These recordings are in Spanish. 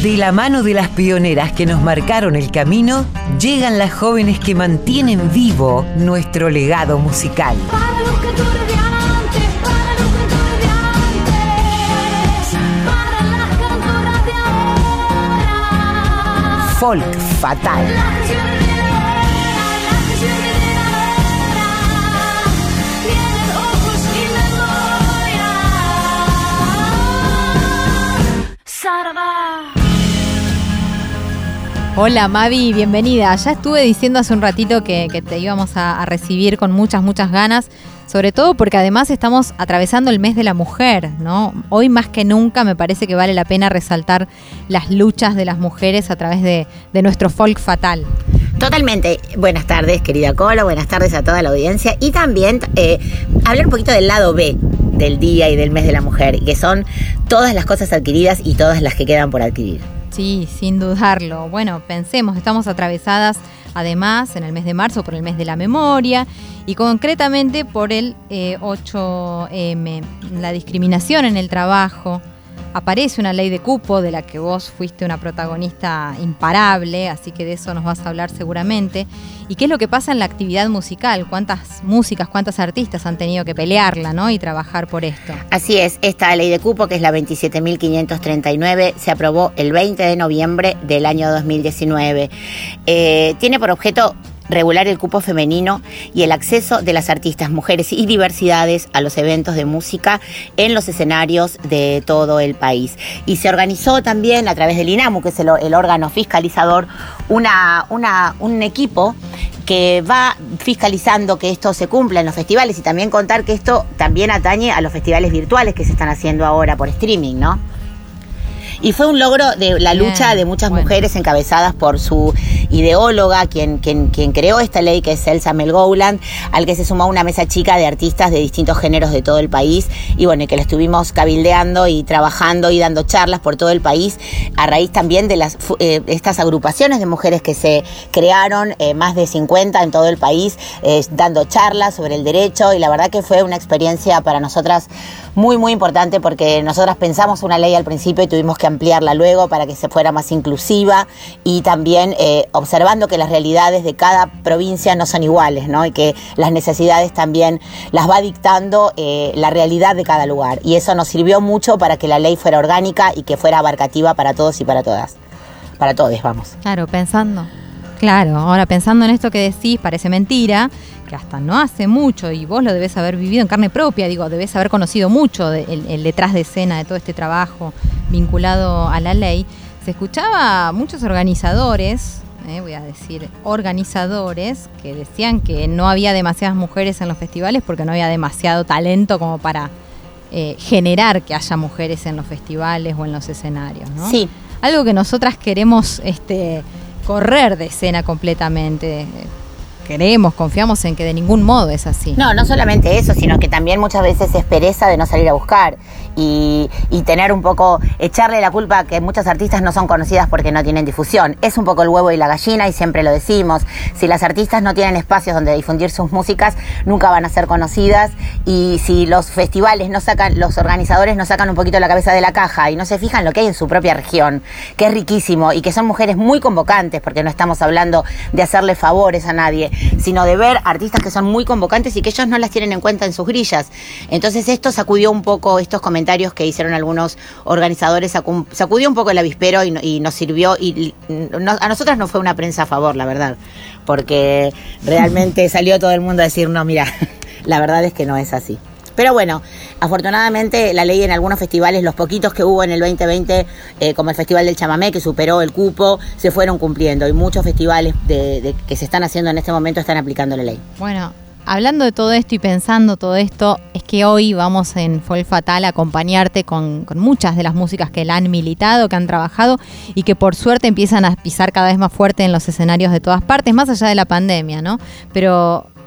De la mano de las pioneras que nos marcaron el camino, llegan las jóvenes que mantienen vivo nuestro legado musical. Para los cantores de antes, para los cantores de antes, para las cantoras de ahora. Folk Fatal. La canción heredera, tienen ojos y memoria. Sarabá. Hola Mavi, bienvenida. Ya estuve diciendo hace un ratito que te íbamos a recibir con muchas ganas, sobre todo porque además estamos atravesando el mes de la mujer, ¿no? Hoy más que nunca me parece que vale la pena resaltar las luchas de las mujeres a través de nuestro folk fatal. Totalmente. Buenas tardes, querida Colo, buenas tardes a toda la audiencia. Y también hablar un poquito del lado B del día y del mes de la mujer, que son todas las cosas adquiridas y todas las que quedan por adquirir. Sí, sin dudarlo. Bueno, pensemos, estamos atravesadas además en el mes de marzo por el mes de la memoria y concretamente por el 8M, la discriminación en el trabajo. Aparece una ley de cupo de la que vos fuiste una protagonista imparable, así que de eso nos vas a hablar seguramente. ¿Y qué es lo que pasa en la actividad musical? ¿Cuántas músicas, cuántas artistas han tenido que pelearla, ¿no? Y trabajar por esto? Así es, esta ley de cupo, que es la 27.539, se aprobó el 20 de noviembre del año 2019. Tiene por objeto regular el cupo femenino y el acceso de las artistas, mujeres y diversidades a los eventos de música en los escenarios de todo el país. Y se organizó también a través del INAMU, que es el órgano fiscalizador, un equipo que va fiscalizando que esto se cumpla en los festivales y también contar que esto también atañe a los festivales virtuales que se están haciendo ahora por streaming, ¿no? Y fue un logro de la lucha de muchas mujeres encabezadas por su ideóloga, quien creó esta ley, que es Elsa Melgouland, al que se sumó una mesa chica de artistas de distintos géneros de todo el país. Y bueno, y que la estuvimos cabildeando y trabajando y dando charlas por todo el país, a raíz también de estas agrupaciones de mujeres que se crearon, más de 50 en todo el país, dando charlas sobre el derecho. Y la verdad que fue una experiencia para nosotras muy, muy importante, porque nosotras pensamos una ley al principio y tuvimos que ampliarla luego para que se fuera más inclusiva y también observando que las realidades de cada provincia no son iguales, ¿no? Y que las necesidades también las va dictando la realidad de cada lugar. Y eso nos sirvió mucho para que la ley fuera orgánica y que fuera abarcativa para todos y para todas. Para todos, vamos. Ahora pensando en esto que decís, parece mentira, que hasta no hace mucho, y vos lo debés haber vivido en carne propia, debés haber conocido mucho el detrás de escena de todo este trabajo vinculado a la ley. Se escuchaba a muchos organizadores, que decían que no había demasiadas mujeres en los festivales porque no había demasiado talento como para generar que haya mujeres en los festivales o en los escenarios, ¿no? Sí. Algo que nosotras queremos correr de escena completamente. Confiamos en que de ningún modo es así. No solamente eso, sino que también muchas veces es pereza de no salir a buscar y tener un poco, echarle la culpa a que muchas artistas no son conocidas porque no tienen difusión. Es un poco el huevo y la gallina, y siempre lo decimos. Si las artistas no tienen espacios donde difundir sus músicas, nunca van a ser conocidas. Y si los festivales los organizadores no sacan un poquito la cabeza de la caja y no se fijan lo que hay en su propia región, que es riquísimo y que son mujeres muy convocantes, porque no estamos hablando de hacerle favores a nadie, sino de ver artistas que son muy convocantes y que ellos no las tienen en cuenta en sus grillas. Entonces esto sacudió un poco, estos comentarios que hicieron algunos organizadores, sacudió un poco el avispero y nos sirvió, a nosotras no fue una prensa a favor, la verdad, porque realmente salió todo el mundo a decir, no, mira, la verdad es que no es así. Pero bueno, afortunadamente la ley en algunos festivales, los poquitos que hubo en el 2020, como el Festival del Chamamé, que superó el cupo, se fueron cumpliendo. Y muchos festivales que se están haciendo en este momento están aplicando la ley. Bueno, hablando de todo esto y pensando todo esto, es que hoy vamos en Folk Fatal a acompañarte con muchas de las músicas que la han militado, que han trabajado y que por suerte empiezan a pisar cada vez más fuerte en los escenarios de todas partes, más allá de la pandemia, ¿no? Pero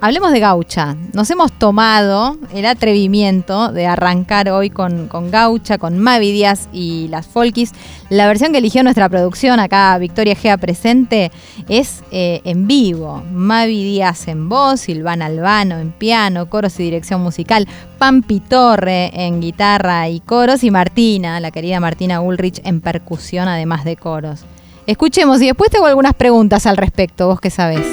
hablemos de Gaucha. Nos hemos tomado el atrevimiento de arrancar hoy con Gaucha, con Mavi Díaz y las Folkis. La versión que eligió nuestra producción, acá Victoria Gea presente, es en vivo. Mavi Díaz en voz, Silvana Albano en piano, coros y dirección musical, Pampi Torre en guitarra y coros, y Martina, la querida Martina Ulrich, en percusión, además de coros. Escuchemos y después tengo algunas preguntas al respecto, vos que sabés.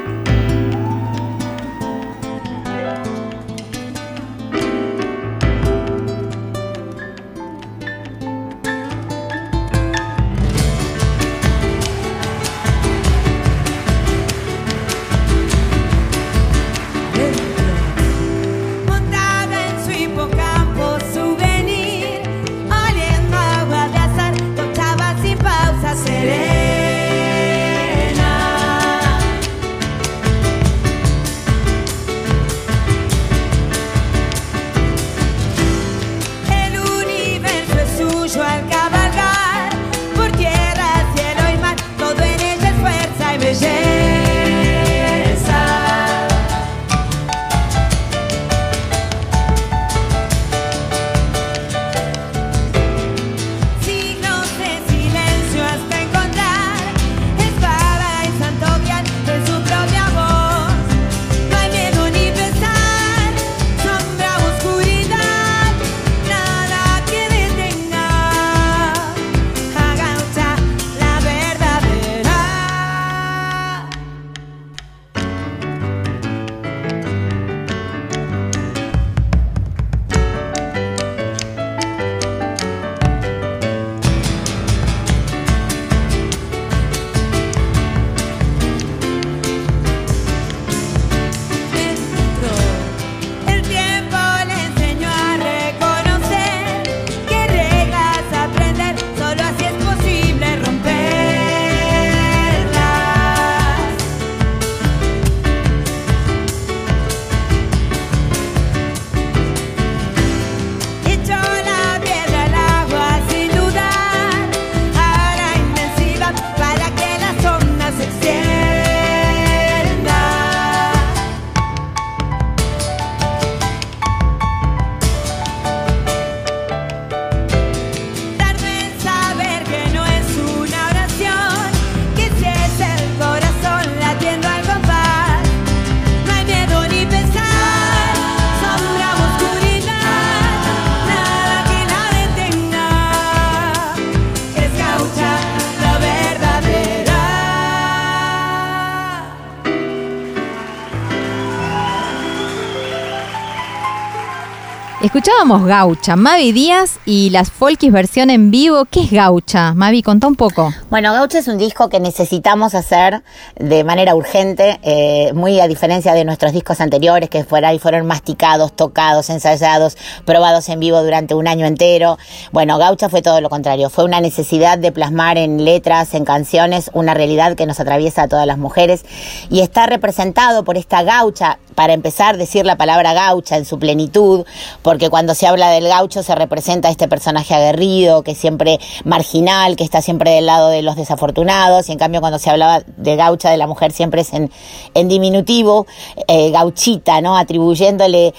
Escuchábamos Gaucha, Mavi Díaz y las Folkis versión en vivo. ¿Qué es Gaucha? Mavi, contá un poco. Bueno, Gaucha es un disco que necesitamos hacer de manera urgente, muy a diferencia de nuestros discos anteriores que fueron masticados, tocados, ensayados, probados en vivo durante un año entero. Bueno, Gaucha fue todo lo contrario, fue una necesidad de plasmar en letras, en canciones, una realidad que nos atraviesa a todas las mujeres y está representado por esta gaucha. Para empezar, decir la palabra gaucha en su plenitud, porque cuando se habla del gaucho se representa este personaje aguerrido, que es siempre marginal, que está siempre del lado de los desafortunados, y en cambio cuando se hablaba de gaucha de la mujer siempre es en diminutivo, gauchita, ¿no? Atribuyéndole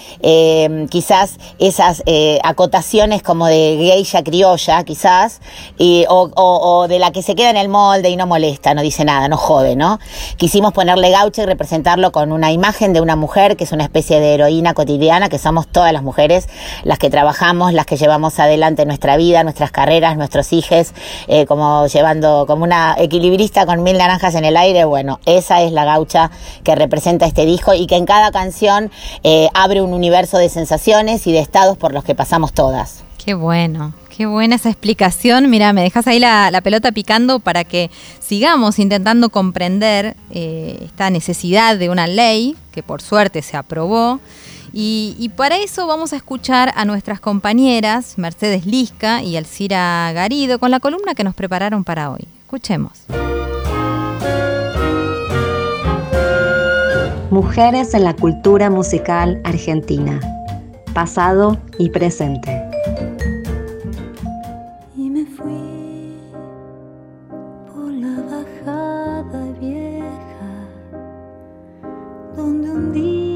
quizás esas acotaciones como de geisha criolla, quizás, o de la que se queda en el molde y no molesta, no dice nada, no jode, ¿no? Quisimos ponerle gaucha y representarlo con una imagen de una mujer que es una especie de heroína cotidiana, que somos todas las mujeres, las que trabajamos, las que llevamos adelante nuestra vida, nuestras carreras, nuestros hijos, como llevando como una equilibrista con 1000 naranjas en el aire. Bueno, esa es la gaucha que representa este disco y que en cada canción abre un universo de sensaciones y de estados por los que pasamos todas. Qué bueno. Qué buena esa explicación. Mira, me dejas ahí la pelota picando para que sigamos intentando comprender esta necesidad de una ley que por suerte se aprobó. Y para eso vamos a escuchar a nuestras compañeras Mercedes Lisca y Alcira Garido con la columna que nos prepararon para hoy. Escuchemos. Mujeres en la cultura musical argentina. Pasado y presente. Donde un día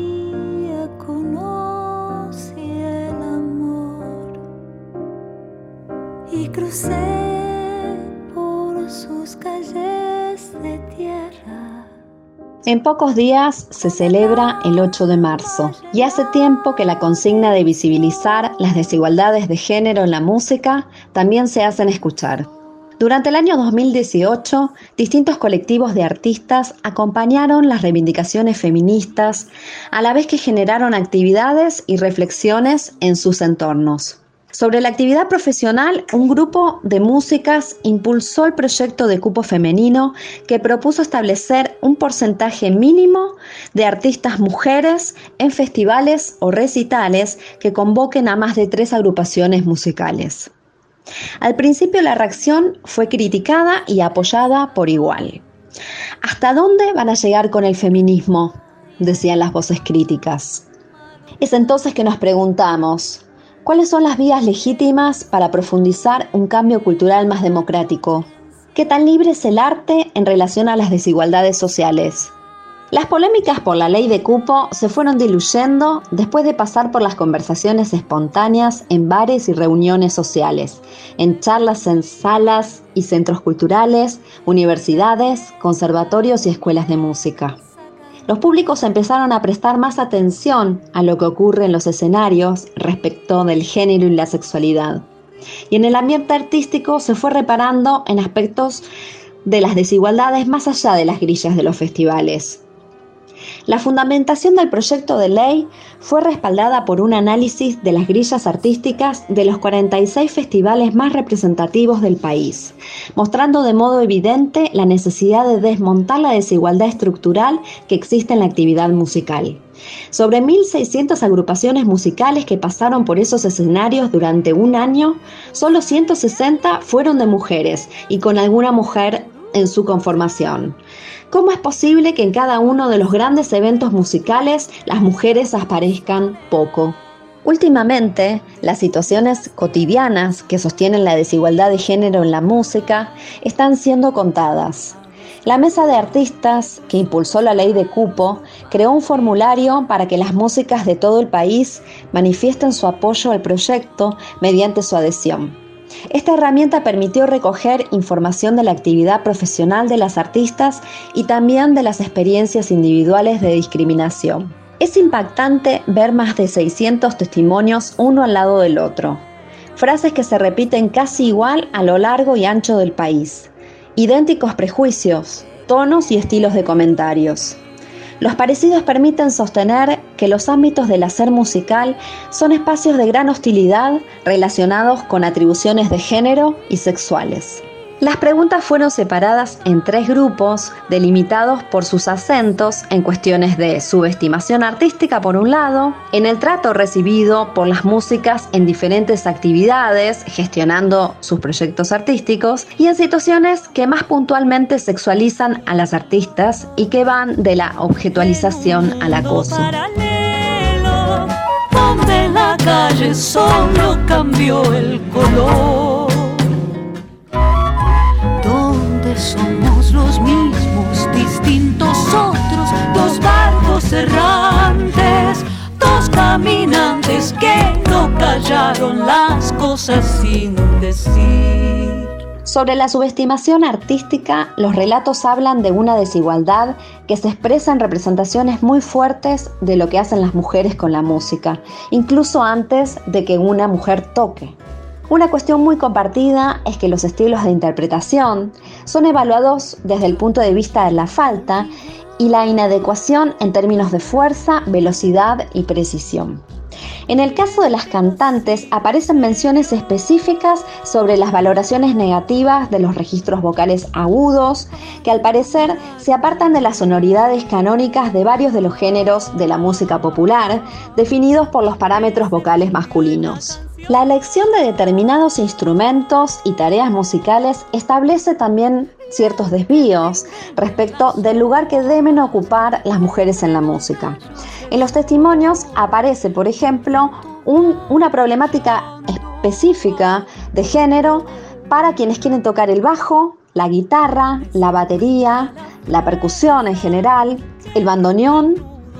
En pocos días se celebra el 8 de marzo y hace tiempo que la consigna de visibilizar las desigualdades de género en la música también se hacen escuchar. Durante el año 2018, distintos colectivos de artistas acompañaron las reivindicaciones feministas, a la vez que generaron actividades y reflexiones en sus entornos. Sobre la actividad profesional, un grupo de músicas impulsó el proyecto de cupo femenino que propuso establecer un porcentaje mínimo de artistas mujeres en festivales o recitales que convoquen a más de 3 agrupaciones musicales. Al principio la reacción fue criticada y apoyada por igual. ¿Hasta dónde van a llegar con el feminismo?, decían las voces críticas. Es entonces que nos preguntamos, ¿cuáles son las vías legítimas para profundizar un cambio cultural más democrático? ¿Qué tan libre es el arte en relación a las desigualdades sociales? Las polémicas por la ley de cupo se fueron diluyendo después de pasar por las conversaciones espontáneas en bares y reuniones sociales, en charlas en salas y centros culturales, universidades, conservatorios y escuelas de música. Los públicos empezaron a prestar más atención a lo que ocurre en los escenarios respecto del género y la sexualidad. Y en el ambiente artístico se fue reparando en aspectos de las desigualdades más allá de las grillas de los festivales. La fundamentación del proyecto de ley fue respaldada por un análisis de las grillas artísticas de los 46 festivales más representativos del país, mostrando de modo evidente la necesidad de desmontar la desigualdad estructural que existe en la actividad musical. Sobre 1.600 agrupaciones musicales que pasaron por esos escenarios durante un año, solo 160 fueron de mujeres y con alguna mujer en su conformación. ¿Cómo es posible que en cada uno de los grandes eventos musicales las mujeres aparezcan poco? Últimamente, las situaciones cotidianas que sostienen la desigualdad de género en la música están siendo contadas. La Mesa de Artistas, que impulsó la ley de cupo, creó un formulario para que las músicas de todo el país manifiesten su apoyo al proyecto mediante su adhesión. Esta herramienta permitió recoger información de la actividad profesional de las artistas y también de las experiencias individuales de discriminación. Es impactante ver más de 600 testimonios uno al lado del otro. Frases que se repiten casi igual a lo largo y ancho del país. Idénticos prejuicios, tonos y estilos de comentarios. Los parecidos permiten sostener que los ámbitos del hacer musical son espacios de gran hostilidad relacionados con atribuciones de género y sexuales. Las preguntas fueron separadas en 3 grupos, delimitados por sus acentos en cuestiones de subestimación artística por un lado, en el trato recibido por las músicas en diferentes actividades, gestionando sus proyectos artísticos, y en situaciones que más puntualmente sexualizan a las artistas y que van de la objetualización al acoso. Donde la calle solo cambió el color. Somos los mismos, distintos otros, 2 barcos errantes, 2 caminantes que no callaron las cosas sin decir. Sobre la subestimación artística, los relatos hablan de una desigualdad que se expresa en representaciones muy fuertes de lo que hacen las mujeres con la música, incluso antes de que una mujer toque. Una cuestión muy compartida es que los estilos de interpretación son evaluados desde el punto de vista de la falta y la inadecuación en términos de fuerza, velocidad y precisión. En el caso de las cantantes aparecen menciones específicas sobre las valoraciones negativas de los registros vocales agudos, que al parecer se apartan de las sonoridades canónicas de varios de los géneros de la música popular, definidos por los parámetros vocales masculinos. La elección de determinados instrumentos y tareas musicales establece también ciertos desvíos respecto del lugar que deben ocupar las mujeres en la música. En los testimonios aparece, por ejemplo, una problemática específica de género para quienes quieren tocar el bajo, la guitarra, la batería, la percusión en general, el bandoneón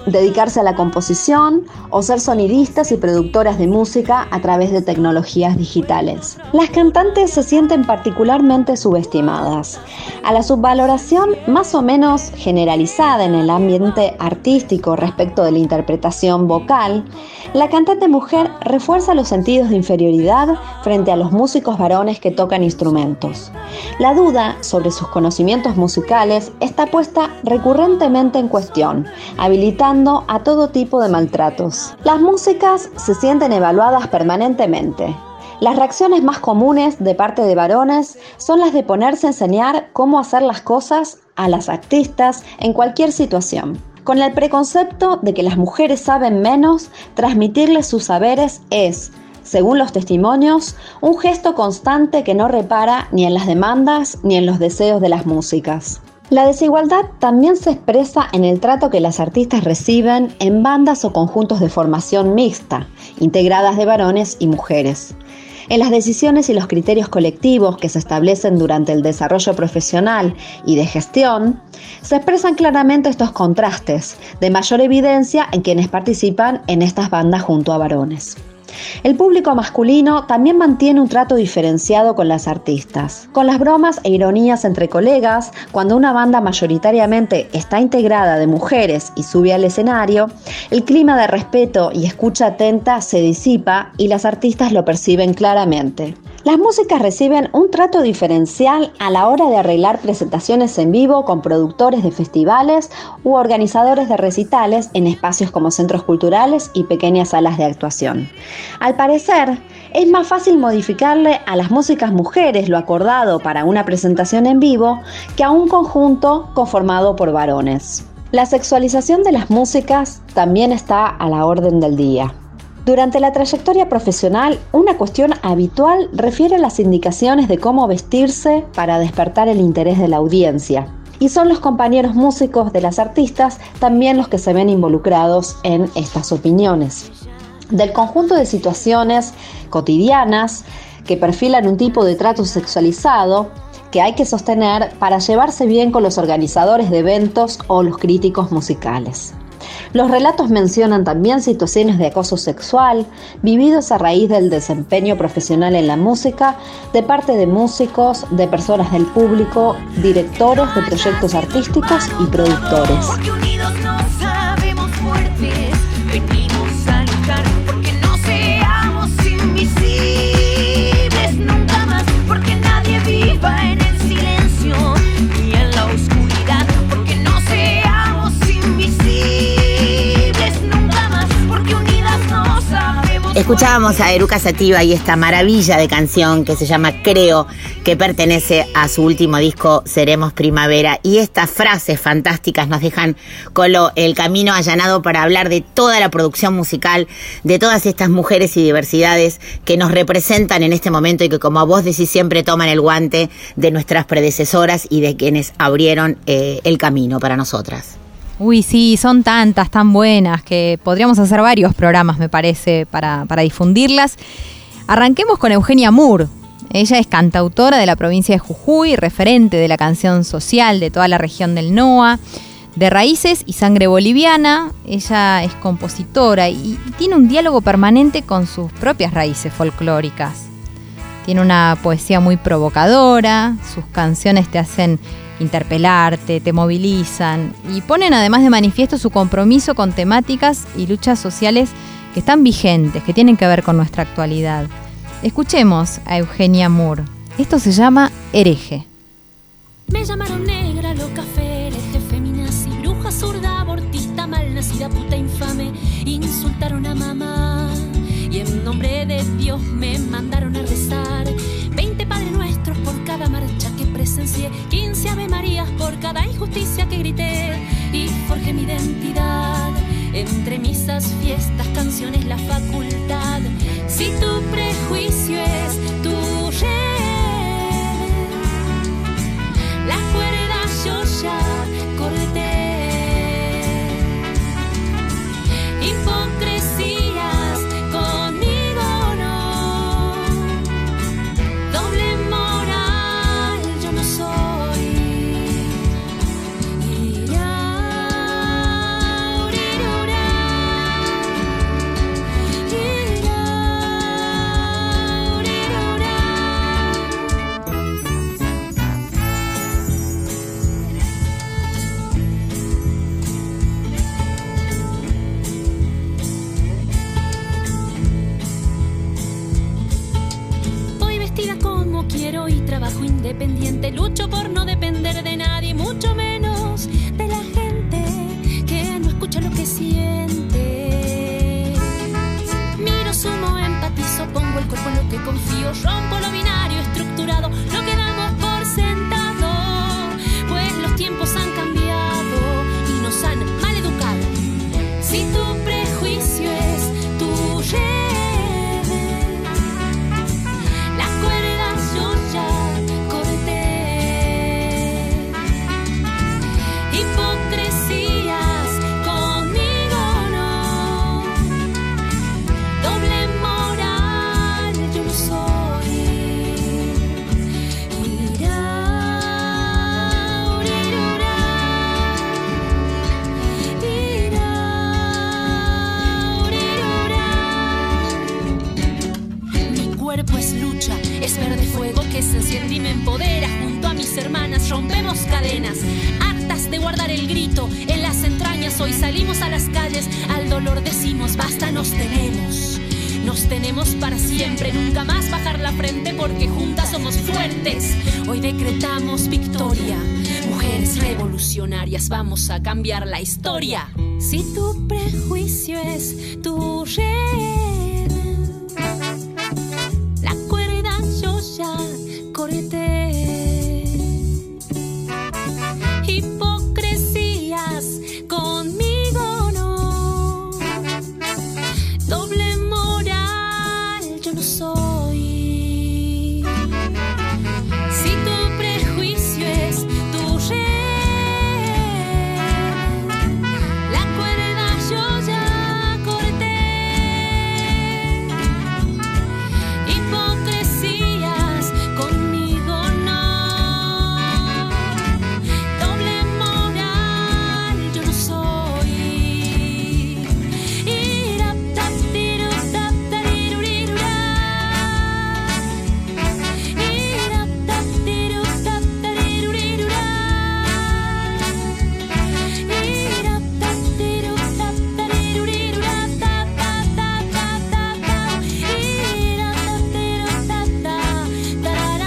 dedicarse a la composición o ser sonidistas y productoras de música a través de tecnologías digitales. Las cantantes se sienten particularmente subestimadas. A la subvaloración más o menos generalizada en el ambiente artístico respecto de la interpretación vocal, la cantante mujer refuerza los sentidos de inferioridad frente a los músicos varones que tocan instrumentos. La duda sobre sus conocimientos musicales está puesta recurrentemente en cuestión, habilitando a todo tipo de maltratos. Las músicas se sienten evaluadas permanentemente. Las reacciones más comunes de parte de varones son las de ponerse a enseñar cómo hacer las cosas a las artistas en cualquier situación. Con el preconcepto de que las mujeres saben menos, transmitirles sus saberes es, según los testimonios, un gesto constante que no repara ni en las demandas ni en los deseos de las músicas. La desigualdad también se expresa en el trato que las artistas reciben en bandas o conjuntos de formación mixta, integradas de varones y mujeres. En las decisiones y los criterios colectivos que se establecen durante el desarrollo profesional y de gestión, se expresan claramente estos contrastes, de mayor evidencia en quienes participan en estas bandas junto a varones. El público masculino también mantiene un trato diferenciado con las artistas. Con las bromas e ironías entre colegas, cuando una banda mayoritariamente está integrada de mujeres y sube al escenario, el clima de respeto y escucha atenta se disipa y las artistas lo perciben claramente. Las músicas reciben un trato diferencial a la hora de arreglar presentaciones en vivo con productores de festivales u organizadores de recitales en espacios como centros culturales y pequeñas salas de actuación. Al parecer, es más fácil modificarle a las músicas mujeres lo acordado para una presentación en vivo que a un conjunto conformado por varones. La sexualización de las músicas también está a la orden del día. Durante la trayectoria profesional, una cuestión habitual refiere a las indicaciones de cómo vestirse para despertar el interés de la audiencia. Y son los compañeros músicos de las artistas también los que se ven involucrados en estas opiniones. Del conjunto de situaciones cotidianas que perfilan un tipo de trato sexualizado que hay que sostener para llevarse bien con los organizadores de eventos o los críticos musicales. Los relatos mencionan también situaciones de acoso sexual vividos a raíz del desempeño profesional en la música de parte de músicos, de personas del público, directores de proyectos artísticos y productores. Porque unidos nos sabemos fuertes, venimos a luchar porque no seamos invisibles nunca más, porque nadie viva en el silencio ni en la oscuridad, porque no seamos invisibles nunca más, porque unidas no sabemos. Escuchábamos a Eruca Sativa y esta maravilla de canción que se llama Creo, que pertenece a su último disco Seremos Primavera, y estas frases fantásticas nos dejan el camino allanado para hablar de toda la producción musical, de todas estas mujeres y diversidades que nos representan en este momento y que, como vos decís, siempre toman el guante de nuestras predecesoras y de quienes abrieron el camino para nosotras. Uy, sí, son tantas, tan buenas, que podríamos hacer varios programas, me parece, para difundirlas. Arranquemos con Eugenia Moore. Ella es cantautora de la provincia de Jujuy, referente de la canción social de toda la región del NOA, de raíces y sangre boliviana. Ella es compositora y tiene un diálogo permanente con sus propias raíces folclóricas. Tiene una poesía muy provocadora, sus canciones te hacen interpelarte, te movilizan y ponen además de manifiesto su compromiso con temáticas y luchas sociales que están vigentes, que tienen que ver con nuestra actualidad. Escuchemos a Eugenia Moore. Esto se llama Hereje. Me llamaron negra, loca, hereje, feminazi, bruja, zurda, abortista, malnacida, puta, infame. Insultaron a mamá y en nombre de Dios me mandaron a rezar 20 Padres Nuestros por cada marcha que presencié, 15 Ave Marías por cada injusticia que grité, y forjé mi identidad entre misas, fiestas, canciones, la facultad. Si tu prejuicio es tu red, la cuerda yo ya corté. Hipocresías conmigo no, doble moral yo no soy. Irá, uriru. depender de nadie, mucho menos de la gente que no escucha lo que siente. Miro, sumo, empatizo, pongo el cuerpo en lo que confío, rompo lo binario estructurado, lo que damos por sentado, pues los tiempos han cambiado y nos han maleducado. Si tu prejuicio es tu red, la cuerda yo ya corté. Hipocresías conmigo no, doble moral yo no soy. Irá, urirurá, irá, urirurá. Mi cuerpo es lucha, es verde fuego que se enciende y me empodera. Junto a mis hermanas rompemos cadenas, hartas de guardar el grito en las entrañas. Hoy salimos a las calles, al dolor decimos basta, nos tenemos para siempre, nunca más bajar la frente porque juntas somos fuertes. Hoy decretamos victoria, mujeres revolucionarias, vamos a cambiar la historia. Si tu prejuicio es tu red, la cuerda yo ya corté. Hipocresías conmigo no, doble moral yo no soy. Si tu prejuicio es tu red, la cuerda yo ya corté. Hipocresías conmigo no, doble moral yo no soy. Iraptaptiruptaptarirurirurá, iraptaptiruptaptarirurirurá, iraptaptiruptaptarirurirurá, ta-ta-ta-ta-ta-ta, iraptaptiruptapta-tarará.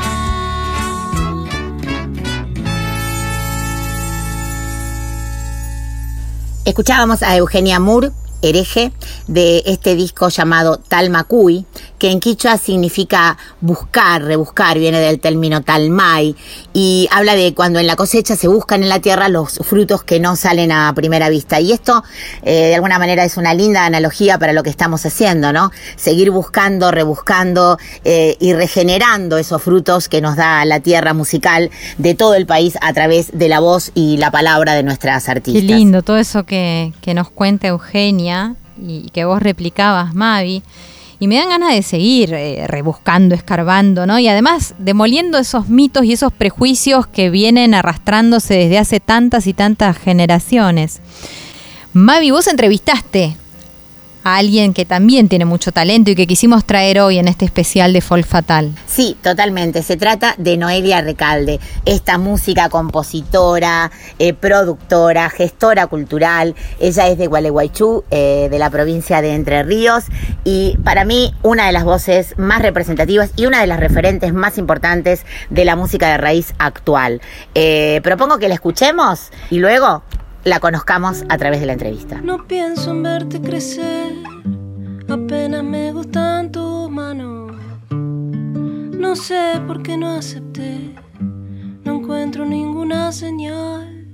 Escuchábamos a Eugenia Moore, hereje, de este disco llamado Talmacuy, que en quichua significa buscar, rebuscar, viene del término talmay, y habla de cuando en la cosecha se buscan en la tierra los frutos que no salen a primera vista. Y esto, de alguna manera, es una linda analogía para lo que estamos haciendo, ¿no? Seguir buscando, rebuscando y regenerando esos frutos que nos da la tierra musical de todo el país a través de la voz y la palabra de nuestras artistas. Qué lindo todo eso que nos cuenta Eugenia y que vos replicabas, Mavi. Y me dan ganas de seguir rebuscando, escarbando, ¿no? Y además demoliendo esos mitos y esos prejuicios que vienen arrastrándose desde hace tantas y tantas generaciones. Mavi, vos entrevistaste a alguien que también tiene mucho talento y que quisimos traer hoy en este especial de Folk Fatal. Sí, totalmente. Se trata de Noelia Recalde, esta música, compositora, productora, gestora cultural. Ella es de Gualeguaychú, de la provincia de Entre Ríos, y para mí una de las voces más representativas y una de las referentes más importantes de la música de raíz actual. Propongo que la escuchemos y luego la conozcamos a través de la entrevista. No pienso en verte crecer, apenas me gustan tus manos. No sé por qué no acepté, no encuentro ninguna señal.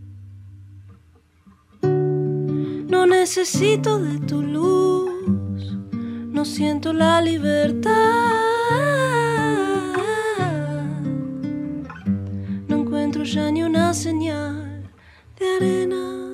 No necesito de tu luz, no siento la libertad. No encuentro ya ni una señal de arena.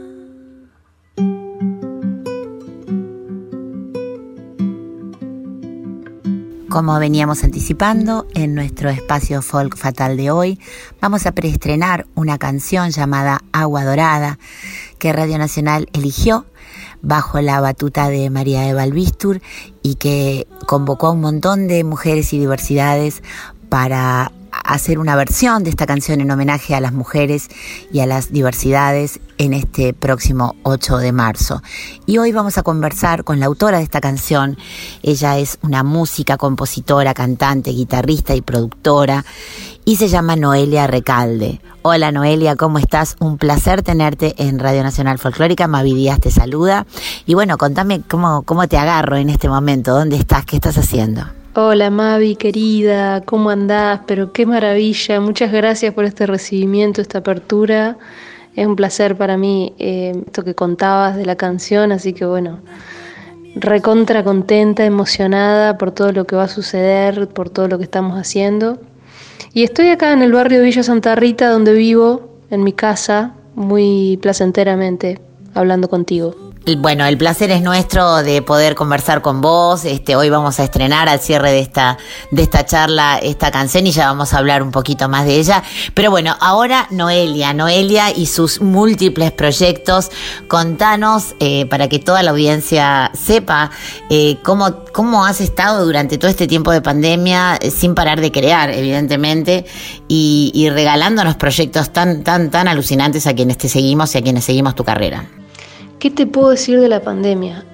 Como veníamos anticipando, en nuestro espacio Folk Fatal de hoy, vamos a preestrenar una canción llamada Agua Dorada, que Radio Nacional eligió bajo la batuta de María Eva Albistur y que convocó a un montón de mujeres y diversidades para hacer una versión de esta canción en homenaje a las mujeres y a las diversidades en este próximo 8 de marzo. Y hoy vamos a conversar con la autora de esta canción. Ella es una música, compositora, cantante, guitarrista y productora, y se llama Noelia Recalde. Hola Noelia, ¿cómo estás? Un placer tenerte en Radio Nacional Folclórica. Mavi Díaz te saluda. Y bueno, contame cómo te agarro en este momento, ¿dónde estás? ¿Qué estás haciendo? Hola Mavi, querida, ¿cómo andás? Pero qué maravilla, muchas gracias por este recibimiento, esta apertura. Es un placer para mí esto que contabas de la canción, así que bueno, recontra contenta, emocionada por todo lo que va a suceder, por todo lo que estamos haciendo. Y estoy acá en el barrio de Villa Santa Rita, donde vivo, en mi casa, muy placenteramente, hablando contigo. Bueno, el placer es nuestro de poder conversar con vos. Hoy vamos a estrenar al cierre de esta charla esta canción y ya vamos a hablar un poquito más de ella. Pero bueno, ahora Noelia y sus múltiples proyectos. Contanos para que toda la audiencia sepa cómo has estado durante todo este tiempo de pandemia sin parar de crear, evidentemente, y regalándonos proyectos tan alucinantes a quienes te seguimos y a quienes seguimos tu carrera. ¿Qué te puedo decir de la pandemia?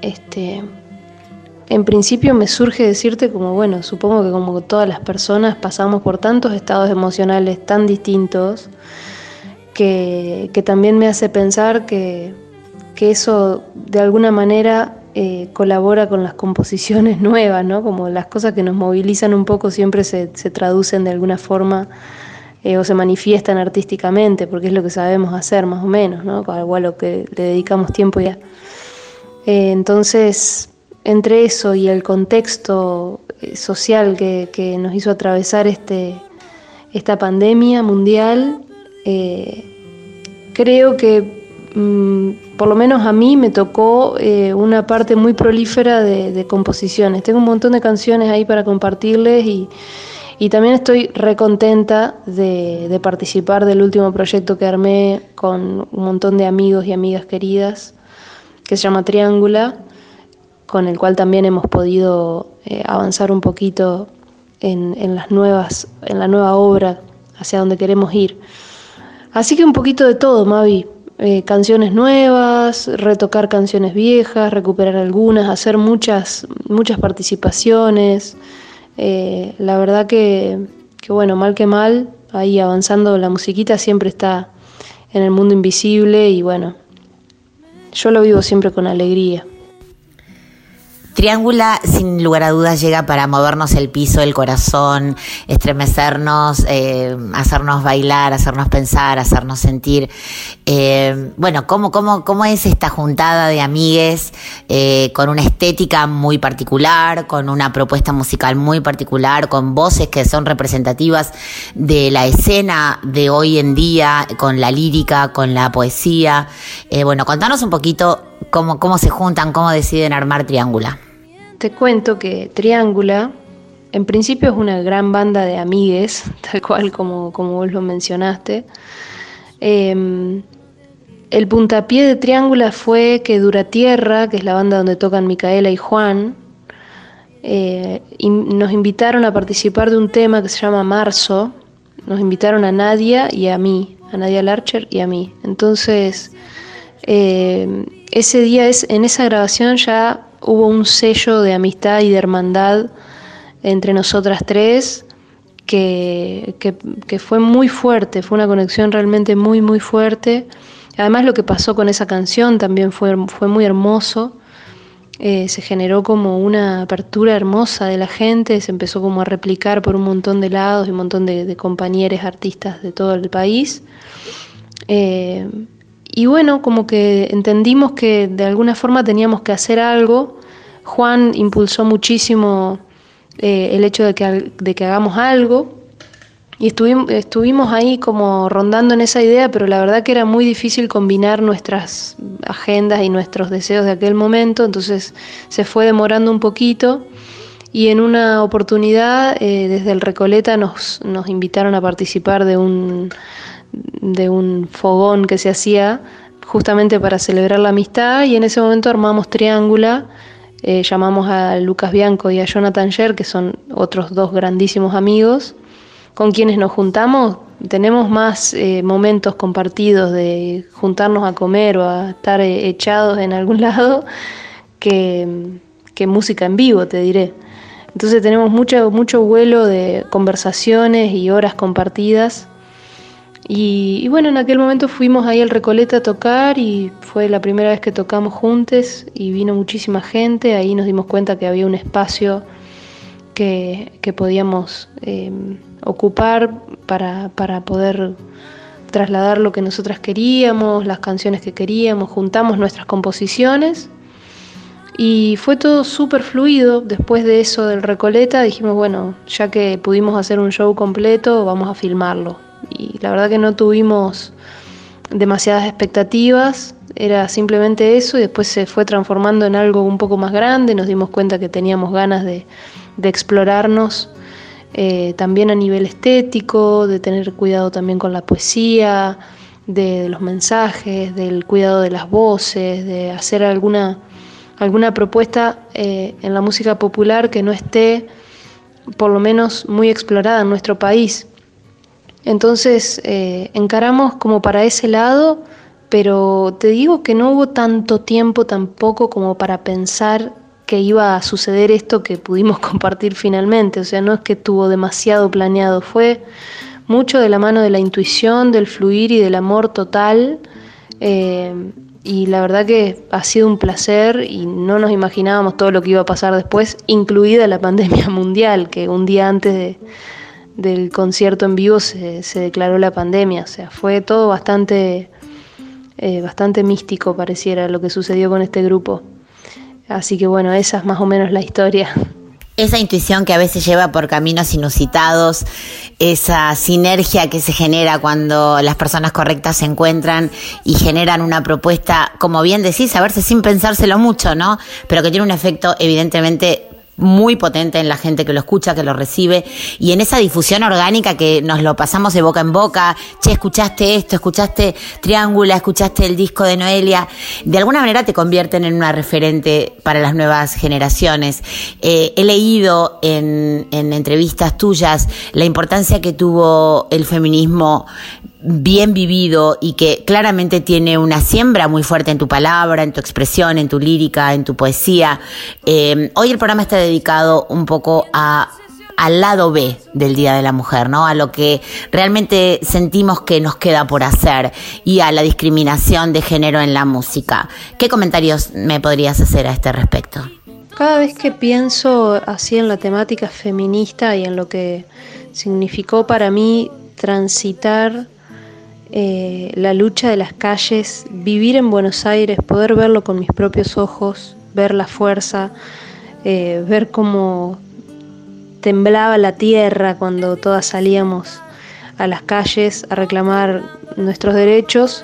En principio me surge decirte supongo que como todas las personas pasamos por tantos estados emocionales tan distintos que también me hace pensar que eso de alguna manera colabora con las composiciones nuevas, ¿no? Como las cosas que nos movilizan un poco siempre se traducen de alguna forma o se manifiestan artísticamente, porque es lo que sabemos hacer más o menos, ¿no? Algo a lo que le dedicamos tiempo ya. Entonces, entre eso y el contexto social que nos hizo atravesar esta pandemia mundial, creo que por lo menos a mí me tocó una parte muy prolífera de composiciones. Tengo un montón de canciones ahí para compartirles y también estoy recontenta de participar del último proyecto que armé con un montón de amigos y amigas queridas, que se llama Triángula, con el cual también hemos podido avanzar un poquito en la nueva obra hacia donde queremos ir. Así que un poquito de todo, Mavi. Canciones nuevas, retocar canciones viejas, recuperar algunas, hacer muchas participaciones. La verdad que bueno, mal que mal, ahí avanzando, la musiquita siempre está en el mundo invisible y bueno, yo lo vivo siempre con alegría. Triángula, sin lugar a dudas, llega para movernos el piso, el corazón, estremecernos, hacernos bailar, hacernos pensar, hacernos sentir. Bueno, ¿cómo es esta juntada de amigues con una estética muy particular, con una propuesta musical muy particular, con voces que son representativas de la escena de hoy en día, con la lírica, con la poesía? Bueno, contanos un poquito cómo se juntan, cómo deciden armar Triángula. Te cuento que Triángula, en principio es una gran banda de amigues, tal cual como vos lo mencionaste. El puntapié de Triángula fue que Duratierra, que es la banda donde tocan Micaela y Juan, nos invitaron a participar de un tema que se llama Marzo. Nos invitaron a Nadia y a mí, a Nadia Larcher y a mí. Entonces, ese día, en esa grabación ya hubo un sello de amistad y de hermandad entre nosotras tres que fue muy fuerte, fue una conexión realmente muy, muy fuerte. Además, lo que pasó con esa canción también fue muy hermoso. Se generó como una apertura hermosa de la gente, se empezó como a replicar por un montón de lados y un montón de compañeros artistas de todo el país. Y bueno, como que entendimos que de alguna forma teníamos que hacer algo. Juan impulsó muchísimo el hecho de que hagamos algo y estuvimos ahí como rondando en esa idea, pero la verdad que era muy difícil combinar nuestras agendas y nuestros deseos de aquel momento, entonces se fue demorando un poquito y en una oportunidad desde el Recoleta nos invitaron a participar de un fogón que se hacía justamente para celebrar la amistad y en ese momento armamos Triángula. Llamamos a Lucas Bianco y a Jonathan Sher, que son otros dos grandísimos amigos, con quienes nos juntamos, tenemos más momentos compartidos de juntarnos a comer o a estar echados en algún lado que música en vivo, te diré. Entonces tenemos mucho vuelo de conversaciones y horas compartidas. Y bueno, en aquel momento fuimos ahí al Recoleta a tocar y fue la primera vez que tocamos juntos y vino muchísima gente. Ahí nos dimos cuenta que había un espacio que podíamos ocupar para poder trasladar lo que nosotras queríamos, las canciones que queríamos. Juntamos nuestras composiciones y fue todo súper fluido. Después de eso del Recoleta dijimos, bueno, ya que pudimos hacer un show completo, vamos a filmarlo. Y la verdad que no tuvimos demasiadas expectativas, era simplemente eso y después se fue transformando en algo un poco más grande. Nos dimos cuenta que teníamos ganas de explorarnos también a nivel estético, de tener cuidado también con la poesía, de los mensajes, del cuidado de las voces, de hacer alguna propuesta en la música popular que no esté por lo menos muy explorada en nuestro país. Entonces encaramos como para ese lado, pero te digo que no hubo tanto tiempo tampoco como para pensar que iba a suceder esto que pudimos compartir finalmente. O sea, no es que estuvo demasiado planeado, fue mucho de la mano de la intuición, del fluir y del amor total. Y la verdad que ha sido un placer y no nos imaginábamos todo lo que iba a pasar después, incluida la pandemia mundial, que un día antes del concierto en vivo se declaró la pandemia. O sea, fue todo bastante místico, pareciera, lo que sucedió con este grupo. Así que bueno, esa es más o menos la historia. Esa intuición que a veces lleva por caminos inusitados, esa sinergia que se genera cuando las personas correctas se encuentran y generan una propuesta, como bien decís, a verse sin pensárselo mucho, ¿no? Pero que tiene un efecto evidentemente muy potente en la gente que lo escucha, que lo recibe, y en esa difusión orgánica que nos lo pasamos de boca en boca. Che, escuchaste esto, escuchaste Triángula, escuchaste el disco de Noelia. De alguna manera te convierten en una referente para las nuevas generaciones. He leído en entrevistas tuyas la importancia que tuvo el feminismo bien vivido y que claramente tiene una siembra muy fuerte en tu palabra, en tu expresión, en tu lírica, en tu poesía. Hoy el programa está dedicado un poco al lado B del Día de la Mujer, ¿no? A lo que realmente sentimos que nos queda por hacer y a la discriminación de género en la música. ¿Qué comentarios me podrías hacer a este respecto? Cada vez que pienso así en la temática feminista y en lo que significó para mí transitar la lucha de las calles, vivir en Buenos Aires, poder verlo con mis propios ojos, ver la fuerza, ver cómo temblaba la tierra cuando todas salíamos a las calles a reclamar nuestros derechos.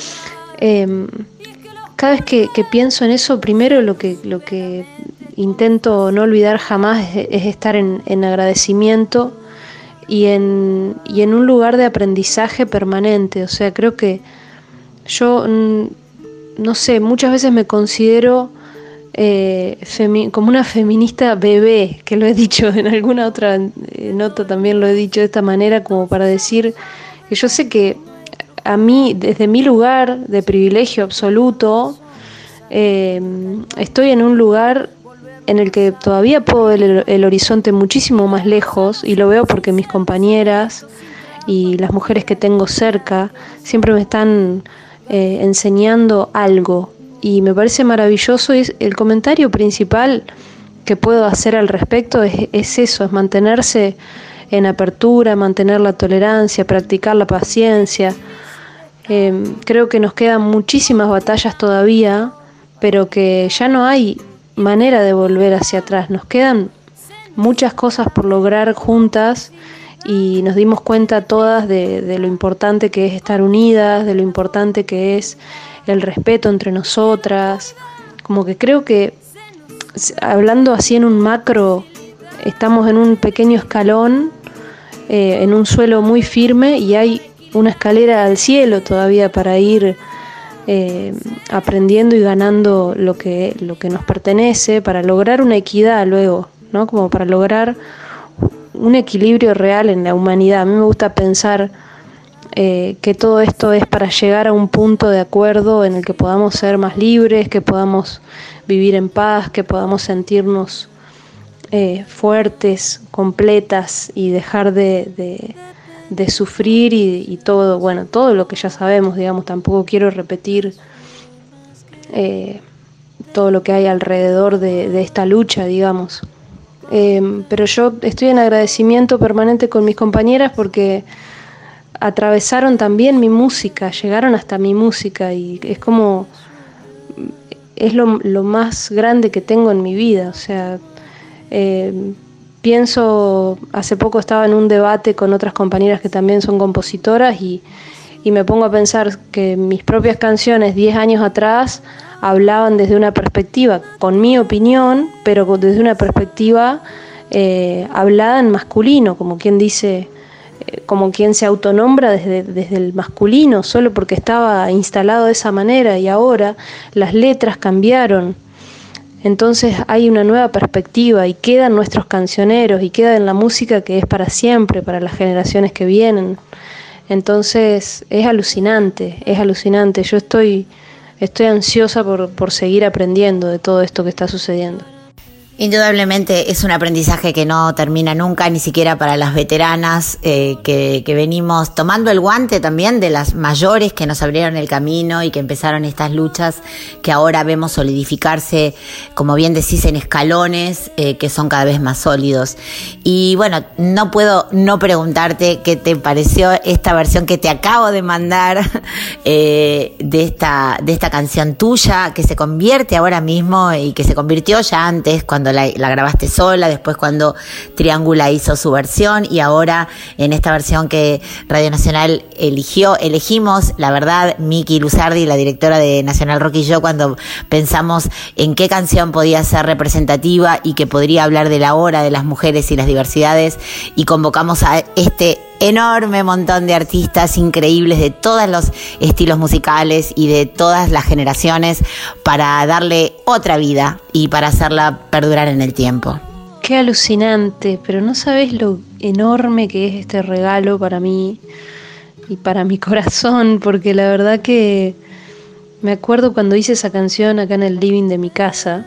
Cada vez que pienso en eso, primero lo que intento no olvidar jamás es estar en agradecimiento y en un lugar de aprendizaje permanente. O sea, creo que yo, no sé, muchas veces me considero como una feminista bebé, que lo he dicho en alguna otra nota, también lo he dicho de esta manera, como para decir que yo sé que a mí, desde mi lugar de privilegio absoluto, estoy en un lugar en el que todavía puedo ver el horizonte muchísimo más lejos, y lo veo porque mis compañeras y las mujeres que tengo cerca siempre me están enseñando algo, y me parece maravilloso. Y el comentario principal que puedo hacer al respecto es eso, es mantenerse en apertura, mantener la tolerancia, practicar la paciencia. Creo que nos quedan muchísimas batallas todavía, pero que ya no hay manera de volver hacia atrás. Nos quedan muchas cosas por lograr juntas, y nos dimos cuenta todas de lo importante que es estar unidas, de lo importante que es el respeto entre nosotras. Como que creo que, hablando así en un macro, estamos en un pequeño escalón, en un suelo muy firme, y hay una escalera al cielo todavía para ir aprendiendo y ganando lo que nos pertenece, para lograr una equidad luego, ¿no? Como para lograr un equilibrio real en la humanidad. A mí me gusta pensar que todo esto es para llegar a un punto de acuerdo en el que podamos ser más libres, que podamos vivir en paz, que podamos sentirnos fuertes, completas y dejar de sufrir y todo, bueno, todo lo que ya sabemos, digamos. Tampoco quiero repetir todo lo que hay alrededor de esta lucha, digamos. Pero yo estoy en agradecimiento permanente con mis compañeras porque atravesaron también mi música, llegaron hasta mi música y es como, es lo más grande que tengo en mi vida. O sea, pienso, hace poco estaba en un debate con otras compañeras que también son compositoras y me pongo a pensar que mis propias canciones 10 años atrás hablaban desde una perspectiva, con mi opinión, pero desde una perspectiva hablada en masculino, como quien dice, como quien se autonombra desde el masculino, solo porque estaba instalado de esa manera, y ahora las letras cambiaron. Entonces hay una nueva perspectiva y quedan nuestros cancioneros y queda en la música que es para siempre, para las generaciones que vienen. Entonces es alucinante, es alucinante. Yo estoy ansiosa por seguir aprendiendo de todo esto que está sucediendo. Indudablemente es un aprendizaje que no termina nunca, ni siquiera para las veteranas que venimos tomando el guante también de las mayores que nos abrieron el camino y que empezaron estas luchas que ahora vemos solidificarse, como bien decís, en escalones que son cada vez más sólidos. Y bueno, no puedo no preguntarte qué te pareció esta versión que te acabo de mandar de esta canción tuya, que se convierte ahora mismo y que se convirtió ya antes cuando la grabaste sola, después cuando Triángula hizo su versión y ahora en esta versión que Radio Nacional elegimos. La verdad, Miki Luzardi, la directora de Nacional Rock, y yo, cuando pensamos en qué canción podía ser representativa y que podría hablar de la hora de las mujeres y las diversidades, y convocamos a este enorme montón de artistas increíbles de todos los estilos musicales y de todas las generaciones para darle otra vida y para hacerla perdurar en el tiempo. Qué alucinante, pero no sabés lo enorme que es este regalo para mí y para mi corazón, porque la verdad que me acuerdo cuando hice esa canción acá en el living de mi casa,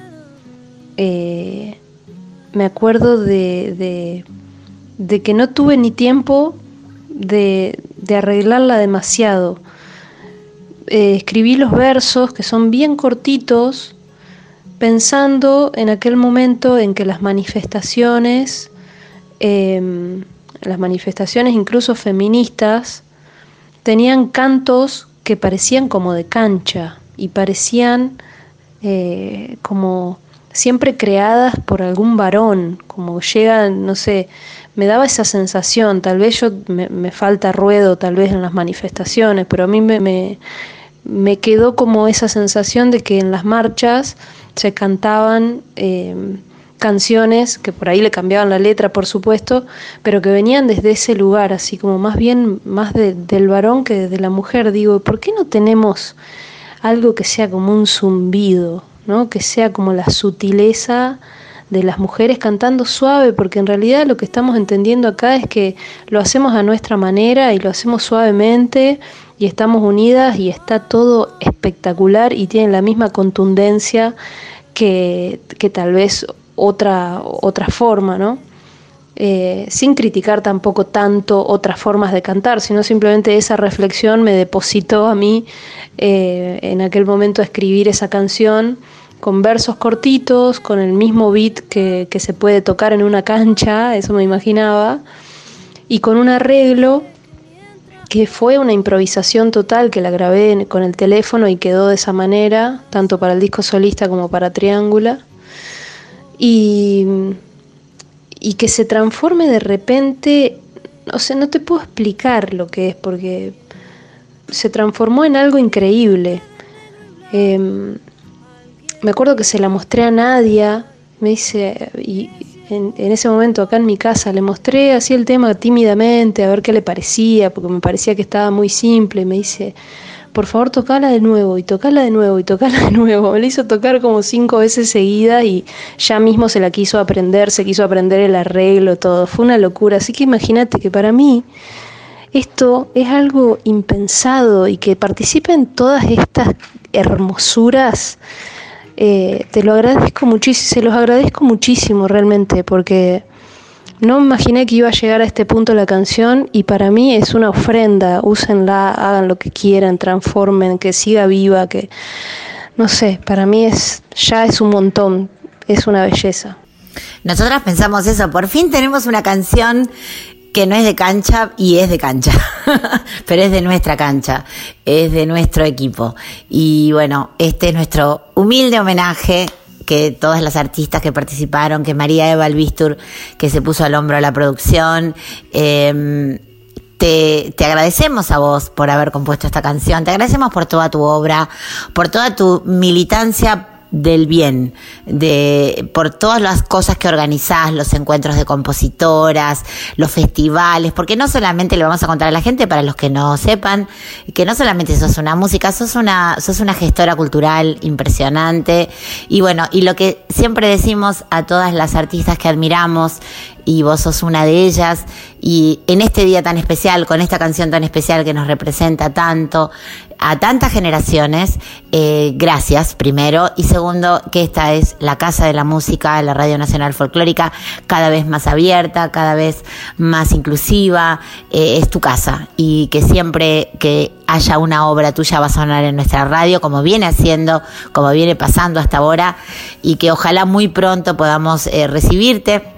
me acuerdo de que no tuve ni tiempo de arreglarla demasiado. Escribí los versos, que son bien cortitos, pensando en aquel momento en que las manifestaciones incluso feministas, tenían cantos que parecían como de cancha y parecían como siempre creadas por algún varón, como llegan, no sé, me daba esa sensación. Tal vez me falta ruedo tal vez en las manifestaciones, pero a mí me quedó como esa sensación de que en las marchas se cantaban canciones que por ahí le cambiaban la letra, por supuesto, pero que venían desde ese lugar, así como más bien más del varón que de la mujer. Digo, ¿por qué no tenemos algo que sea como un zumbido, ¿no? Que sea como la sutileza de las mujeres cantando suave, porque en realidad lo que estamos entendiendo acá es que lo hacemos a nuestra manera y lo hacemos suavemente y estamos unidas y está todo espectacular y tiene la misma contundencia que tal vez otra forma, ¿no? Sin criticar tampoco tanto otras formas de cantar, sino simplemente esa reflexión me depositó a mí en aquel momento a escribir esa canción con versos cortitos, con el mismo beat que se puede tocar en una cancha, eso me imaginaba, y con un arreglo que fue una improvisación total, que la grabé con el teléfono y quedó de esa manera, tanto para el disco solista como para Triángula, y que se transforme de repente, o sea, no te puedo explicar lo que es, porque se transformó en algo increíble. Me acuerdo que se la mostré a Nadia, me dice, y en ese momento acá en mi casa le mostré así el tema tímidamente, a ver qué le parecía, porque me parecía que estaba muy simple, y me dice, por favor tocala de nuevo, y tocala de nuevo, y tocala de nuevo. Me la hizo tocar como 5 veces seguidas y ya mismo se quiso aprender el arreglo, todo. Fue una locura. Así que imagínate que para mí esto es algo impensado, y que participen todas estas hermosuras. Te lo agradezco muchísimo, se los agradezco muchísimo realmente, porque no me imaginé que iba a llegar a este punto la canción, y para mí es una ofrenda. Úsenla, hagan lo que quieran, transformen, que siga viva, que no sé, para mí ya es un montón, es una belleza. Nosotras pensamos eso, por fin tenemos una canción que no es de cancha y es de cancha, pero es de nuestra cancha, es de nuestro equipo. Y bueno, este es nuestro humilde homenaje, que todas las artistas que participaron, que María Eva Albistur, que se puso al hombro la producción. Te agradecemos a vos por haber compuesto esta canción, te agradecemos por toda tu obra, por toda tu militancia del bien, por todas las cosas que organizás, los encuentros de compositoras, los festivales, porque no solamente le vamos a contar a la gente, para los que no sepan, que no solamente sos una música, sos una gestora cultural impresionante. Y bueno, y lo que siempre decimos a todas las artistas que admiramos, y vos sos una de ellas, y en este día tan especial, con esta canción tan especial que nos representa tanto, a tantas generaciones, gracias primero, y segundo, que esta es la casa de la música, la Radio Nacional Folclórica, cada vez más abierta, cada vez más inclusiva, es tu casa, y que siempre que haya una obra tuya va a sonar en nuestra radio, como viene haciendo, como viene pasando hasta ahora, y que ojalá muy pronto podamos recibirte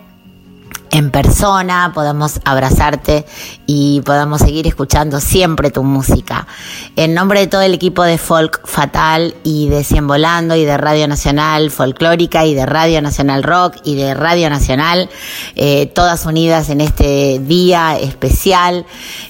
en persona, podamos abrazarte y podamos seguir escuchando siempre tu música. En nombre de todo el equipo de Folk Fatal y de Cien Volando y de Radio Nacional Folclórica y de Radio Nacional Rock y de Radio Nacional, todas unidas en este día especial,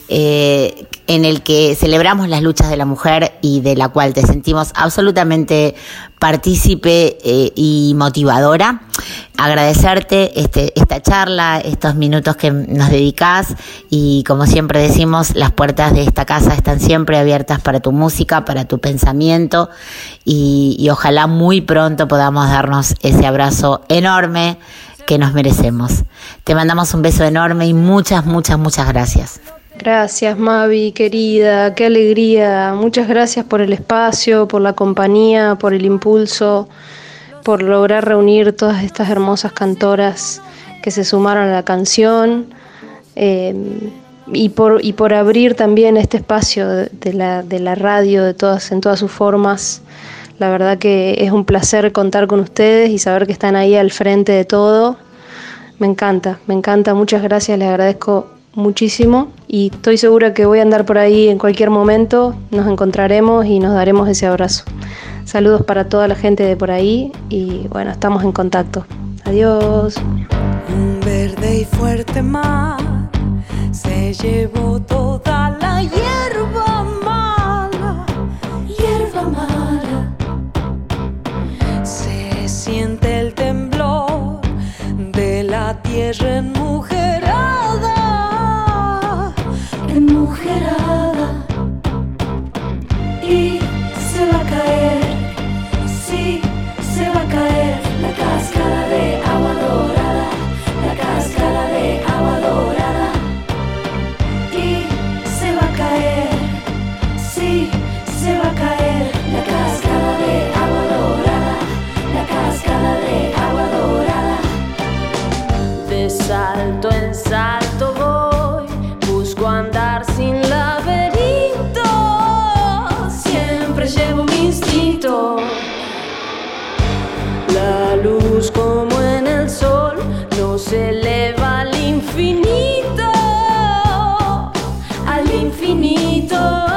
en el que celebramos las luchas de la mujer y de la cual te sentimos absolutamente partícipe y motivadora. Agradecerte esta charla, estos minutos que nos dedicás, y como siempre decimos, las puertas de esta casa están siempre abiertas para tu música, para tu pensamiento, y ojalá muy pronto podamos darnos ese abrazo enorme que nos merecemos. Te mandamos un beso enorme y muchas, muchas, muchas gracias. Gracias, Mavi, querida, qué alegría. Muchas gracias por el espacio, por la compañía, por el impulso, por lograr reunir todas estas hermosas cantoras que se sumaron a la canción, y por abrir también este espacio de la radio en todas sus formas. La verdad que es un placer contar con ustedes y saber que están ahí al frente de todo. Me encanta, muchas gracias, les agradezco muchísimo, y estoy segura que voy a andar por ahí en cualquier momento, nos encontraremos y nos daremos ese abrazo. Saludos para toda la gente de por ahí, y bueno, estamos en contacto. Adiós. Un verde y fuerte mar se llevó toda la hierba mala, se siente el temblor de la tierra enmujerada, y se va a caer, sí, se va a caer la cáscara de agua dorada, la cáscara de agua dorada, y se va a caer, sí, se va a caer la cáscara de agua dorada, la cáscara de agua dorada. De salto en salto voy, busco andar sin laberinto, siempre llevo mi instinto. La luz como en el sol no se eleva al infinito, al infinito.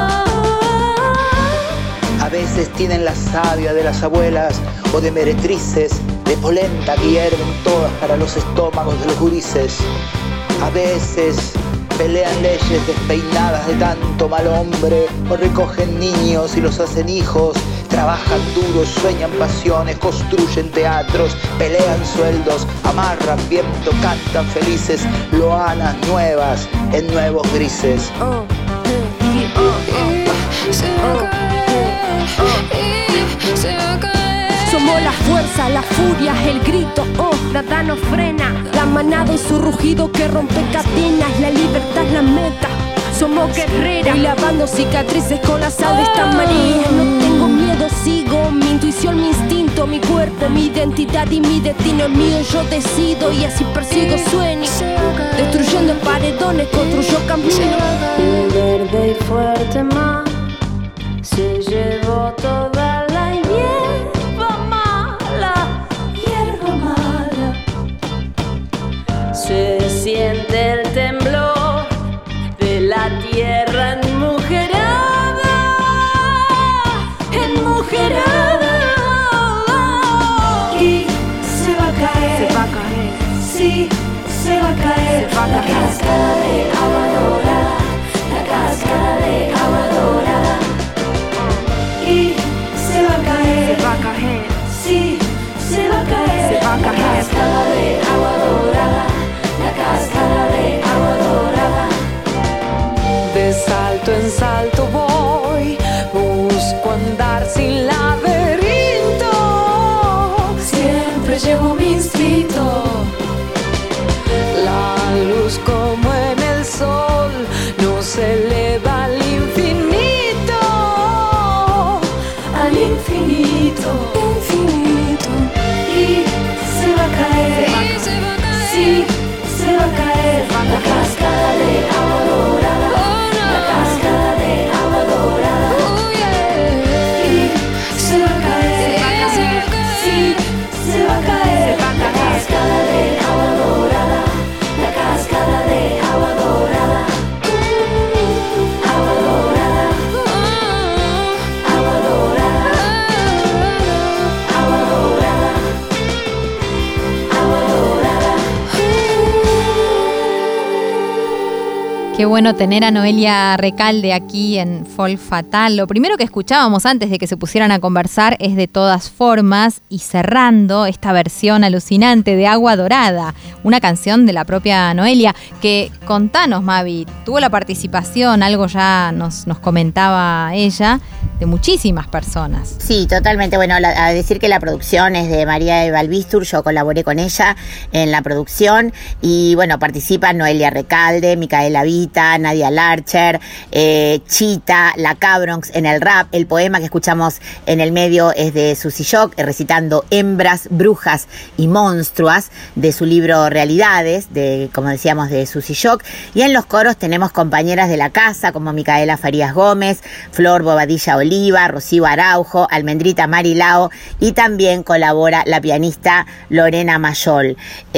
A veces tienen la savia de las abuelas o de meretrices, de polenta que hierven todas para los estómagos de los gurises. A veces pelean leyes despeinadas de tanto mal hombre, o recogen niños y los hacen hijos, trabajan duro, sueñan pasiones, construyen teatros, pelean sueldos, amarran viento, cantan felices, loanas nuevas en nuevos grises. Se va a caer. furia, el grito, nada nos frena. La manada y su rugido que rompe cadenas. La libertad es la meta, somos guerreras. Y lavando cicatrices con la sal de esta marea. No tengo miedo, sigo mi intuición, mi instinto, mi cuerpo, mi identidad y mi destino es mío. Yo decido y así persigo sueños. Destruyendo paredones, construyo caminos. El verde y fuerte mar se llevó toda la hierba mala, hierba mala. Se siente el temblor de la tierra enmujerada, enmujerada. Y se va a caer, se va a caer, sí, se va a caer, se va a caer. La cascada de agua dorada, la cascada de agua dorada. Y se va a caer, se va a caer, sí, se va a caer, se va a caer. La cascada de agua dorada, la cascada de agua dorada. De salto en salto voy, busco andar sin laberinto. Siempre llevo mi instinto. La luz como en el sol no se eleva al infinito. Al infinito, infinito. Y se va a caer, sí, se va a caer. La cascada de agua dorada, la cascada de agua dorada. Y se va a caer, sí, se va a caer. La cascada de agua dorada, la cascada de agua dorada. Agua dorada, agua dorada, agua dorada, agua dorada. Qué bueno tener a Noelia Recalde aquí en Folk Fatal. Lo primero que escuchábamos antes de que se pusieran a conversar es De Todas Formas, y cerrando esta versión alucinante de Agua Dorada, una canción de la propia Noelia, que, contanos, Mavi, tuvo la participación, algo ya nos comentaba ella, de muchísimas personas. Sí, totalmente. Bueno, a decir que la producción es de María Eva Albistur, yo colaboré con ella en la producción, y bueno, participan Noelia Recalde, Micaela Vita, Nadia Larcher, Chita, La Cabronx en el rap. El poema que escuchamos en el medio es de Susy Shock, recitando Hembras, Brujas y Monstruas, de su libro Realidades, como decíamos, de Susy Shock. Y en los coros tenemos compañeras de la casa como Micaela Farías Gómez, Flor Bobadilla Oliva, Rocío Araujo, Almendrita Marilao, y también colabora la pianista Lorena Mayol.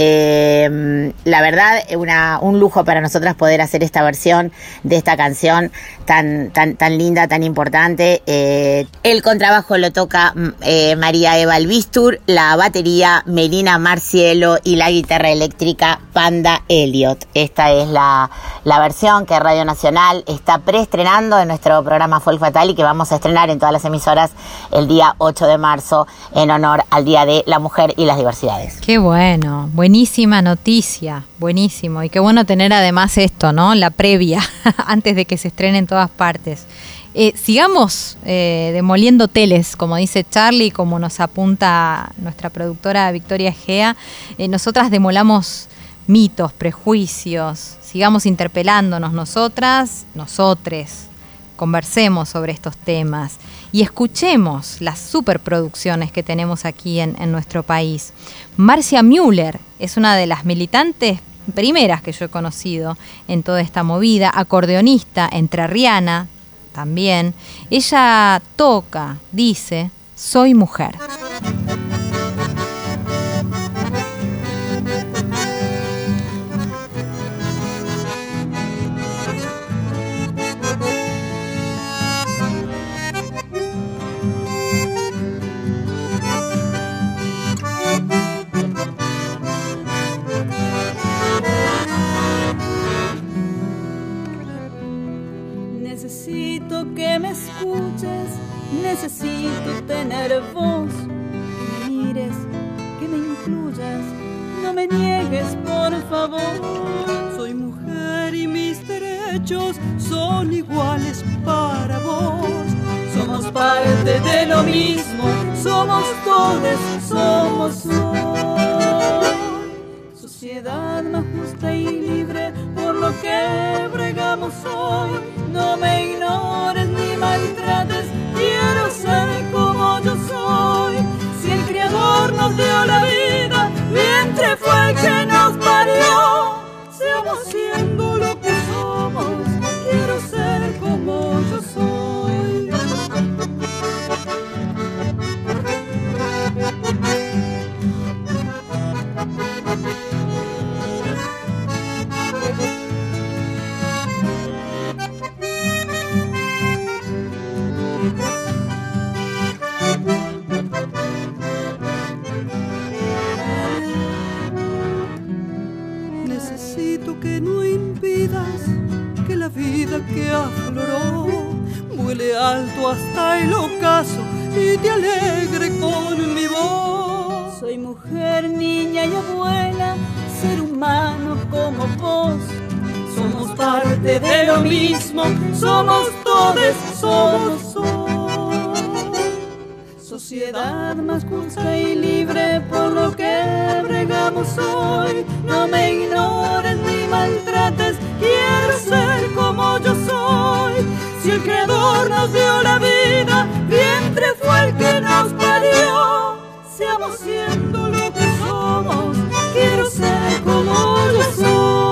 La verdad, un lujo para nosotras poder hacer esta versión de esta canción tan linda, tan importante. El contrabajo lo toca María Eva Albistur, la batería Melina Marcielo y la guitarra eléctrica Panda Elliot. Esta es la versión que Radio Nacional está preestrenando en nuestro programa Folk Fatal y que vamos a estrenar en todas las emisoras el día 8 de marzo en honor al Día de la Mujer y las Diversidades. Qué bueno, buenísima noticia, buenísimo. Y qué bueno tener además esto, ¿no? La previa, antes de que se estrene en todas partes. Sigamos demoliendo teles, como dice Charlie, como nos apunta nuestra productora Victoria Egea. Nosotras demolamos mitos, prejuicios, sigamos interpelándonos nosotras, nosotres. Conversemos sobre estos temas y escuchemos las superproducciones que tenemos aquí en nuestro país. Marcia Müller es una de las militantes primeras que yo he conocido en toda esta movida, acordeonista entrerriana también. Ella toca, dice, soy mujer. Necesito que me escuches, necesito tener voz, que me mires, que me incluyas, no me niegues por favor. Soy mujer y mis derechos son iguales para vos. Somos parte de lo mismo, somos todos, somos hoy. Sociedad más justa y libre, por lo que bregamos hoy. No me ignores ni maltrates, quiero ser como yo soy. Si el Creador nos dio la vida, vientre fue el que nos parió. Seamos siendo lo que somos, quiero ser como yo soy. Necesito que no impidas que la vida que afloró vuele alto hasta el ocaso y te alegre con mi voz. Soy mujer, niña y abuela, ser humano como vos. Somos parte de lo mismo, somos todos, somos hoy. Sociedad más justa y libre, por lo que bregamos hoy. No me ignores ni maltrates, quiero ser como yo soy. Si el Creador nos dio la vida, vientre fue el que nos parió. Seamos siendo lo que somos, quiero ser como yo soy.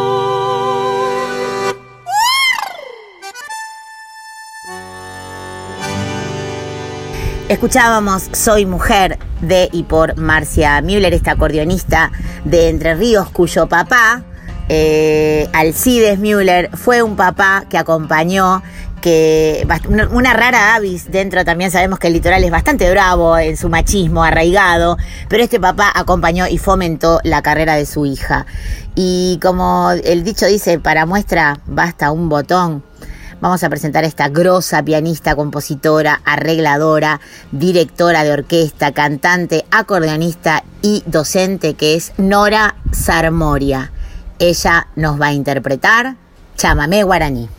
Escuchábamos Soy Mujer de y por Marcia Müller, esta acordeonista de Entre Ríos, cuyo papá, Alcides Müller, fue un papá que acompañó, una rara avis dentro. También sabemos que el litoral es bastante bravo en su machismo arraigado, pero este papá acompañó y fomentó la carrera de su hija. Y como el dicho dice, para muestra basta un botón. Vamos a presentar a esta grosa pianista, compositora, arregladora, directora de orquesta, cantante, acordeonista y docente, que es Nora Sarmoria. Ella nos va a interpretar Chamamé Guaraní.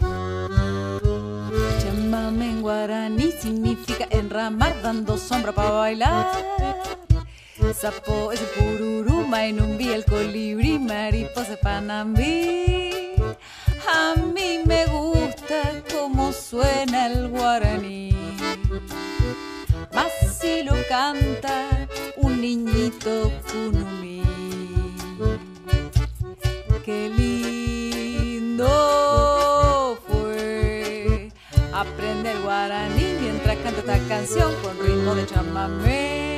Chamamé en guaraní significa enramar dando sombra para bailar. Sapo es el pururú, mainumbi el colibrí, mariposa panambí. A mí me gusta cómo suena el guaraní, más si lo canta un niñito kunumí. Qué lindo fue aprender guaraní mientras canta esta canción con ritmo de chamamé.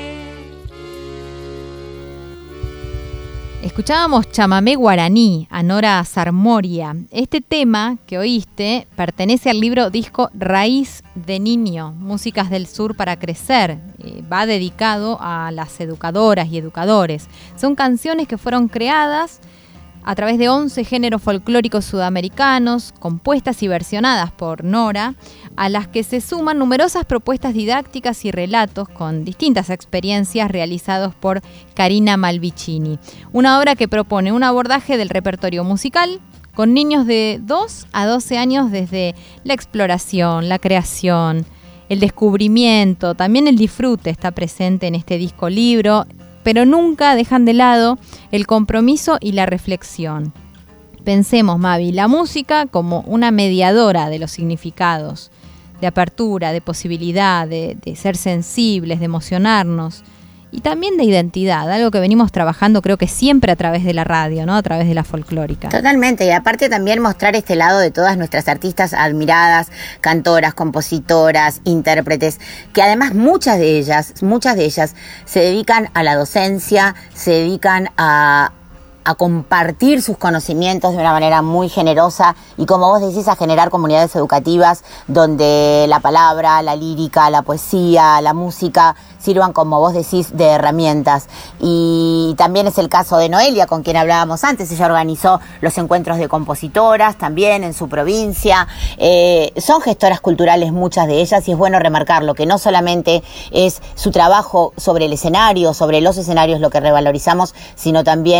Escuchábamos Chamamé Guaraní, a Nora Sarmoria. Este tema que oíste pertenece al libro disco Raíz de Niño, Músicas del Sur para Crecer. Va dedicado a las educadoras y educadores. Son canciones que fueron creadas a través de 11 géneros folclóricos sudamericanos, compuestas y versionadas por Nora, a las que se suman numerosas propuestas didácticas y relatos con distintas experiencias realizados por Karina Malvicini. Una obra que propone un abordaje del repertorio musical con niños de 2 a 12 años, desde la exploración, la creación, el descubrimiento, también el disfrute está presente en este disco libro, pero nunca dejan de lado el compromiso y la reflexión. Pensemos, Mavi, la música como una mediadora de los significados, de apertura, de posibilidad, de ser sensibles, de emocionarnos, y también de identidad, algo que venimos trabajando creo que siempre a través de la radio, ¿no? A través de la folclórica. Totalmente, y aparte también mostrar este lado de todas nuestras artistas admiradas, cantoras, compositoras, intérpretes, que además muchas de ellas se dedican a la docencia, se dedican a compartir sus conocimientos de una manera muy generosa y, como vos decís, a generar comunidades educativas donde la palabra, la lírica, la poesía, la música sirvan, como vos decís, de herramientas. Y también es el caso de Noelia, con quien hablábamos antes. Ella organizó los encuentros de compositoras también en su provincia. Son gestoras culturales muchas de ellas, y es bueno remarcarlo, que no solamente es su trabajo sobre el escenario, sobre los escenarios lo que revalorizamos, sino también lo que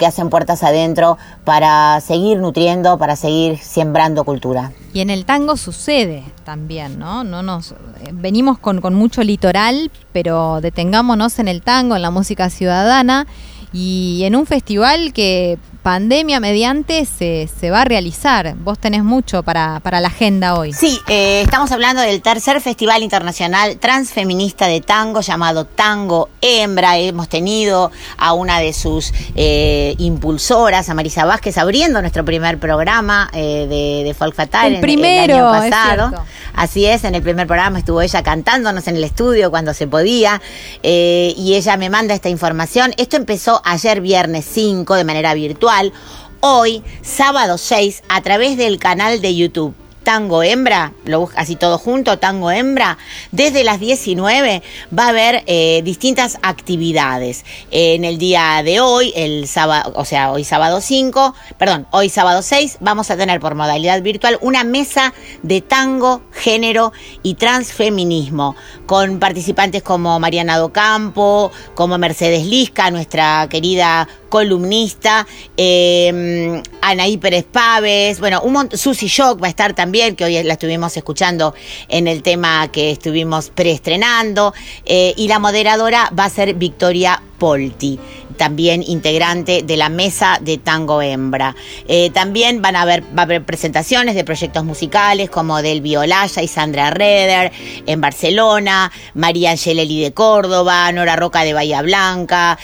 que hacen Puertas Adentro para seguir nutriendo, para seguir sembrando cultura. Y en el tango sucede también, ¿no? Venimos con mucho litoral, pero detengámonos en el tango, en la música ciudadana y en un festival que pandemia mediante se va a realizar. Vos tenés mucho para la agenda hoy. Sí, estamos hablando del tercer Festival Internacional Transfeminista de Tango llamado Tango Hembra. Hemos tenido a una de sus impulsoras, a Marisa Vázquez, abriendo nuestro primer programa de Folk Fatal el año pasado. Así es, en el primer programa estuvo ella cantándonos en el estudio cuando se podía, y ella me manda esta información. Esto empezó ayer viernes 5 de manera virtual. Hoy, sábado 6, a través del canal de YouTube Tango Hembra, lo busca así todo junto, Tango Hembra, desde las 19 va a haber distintas actividades. En el día de hoy, el sábado, o sea, hoy sábado 6, vamos a tener por modalidad virtual una mesa de tango, género y transfeminismo, con participantes como Mariana Docampo, como Mercedes Lisca, nuestra querida columnista, Anaí Pérez Paves, bueno, Susi Shock va a estar también, que hoy la estuvimos escuchando en el tema que estuvimos preestrenando, y la moderadora va a ser Victoria Polti, también integrante de la mesa de Tango Hembra. También va a haber presentaciones de proyectos musicales como del Violaya y Sandra Reder en Barcelona, María Angelelli de Córdoba, Nora Roca de Bahía Blanca,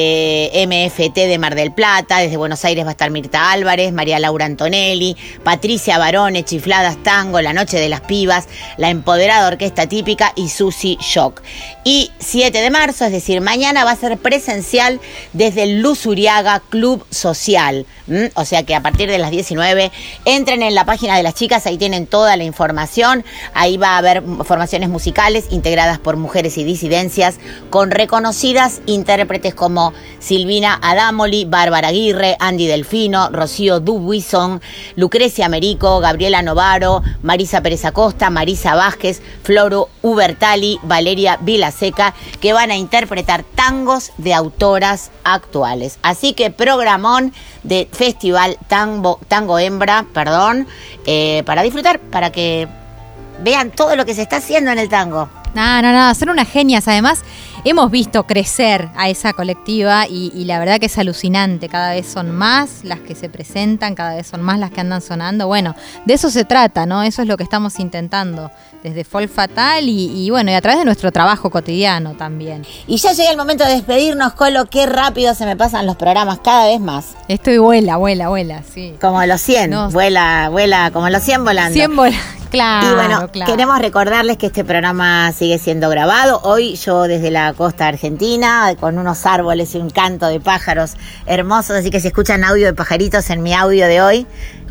MFT de Mar del Plata, desde Buenos Aires va a estar Mirta Álvarez, María Laura Antonelli, Patricia Barone, Chifladas Tango, La Noche de las Pibas, La Empoderada Orquesta Típica y Susi Shock. Y 7 de marzo, es decir, mañana va a ser presencial desde el Luz Uriaga Club Social. O sea que a partir de las 19 entren en la página de las chicas, ahí tienen toda la información. Ahí va a haber formaciones musicales integradas por mujeres y disidencias con reconocidas intérpretes como Silvina Adamoli, Bárbara Aguirre, Andy Delfino, Rocío Dubuisson, Lucrecia Merico, Gabriela Novaro, Marisa Pérez Acosta, Marisa Vázquez, Floro Ubertali, Valeria Vilaseca, que van a interpretar tangos de autoras actuales. Así que programón de Festival Tango Hembra, para disfrutar, para que vean todo lo que se está haciendo en el tango. No, son unas genias. Además, hemos visto crecer a esa colectiva y la verdad que es alucinante. Cada vez son más las que se presentan, cada vez son más las que andan sonando. Bueno, de eso se trata, ¿no? Eso es lo que estamos intentando desde Folk Fatal y bueno, y a través de nuestro trabajo cotidiano también. Y ya llega el momento de despedirnos, Colo. Qué rápido se me pasan los programas, cada vez más. Esto y vuela, sí. Como los 100, vuela, como los 100 volando. 100 volando. Claro, y bueno, queremos recordarles que este programa sigue siendo grabado. Hoy yo desde la costa argentina, con unos árboles y un canto de pájaros hermosos, así que si escuchan audio de pajaritos en mi audio de hoy,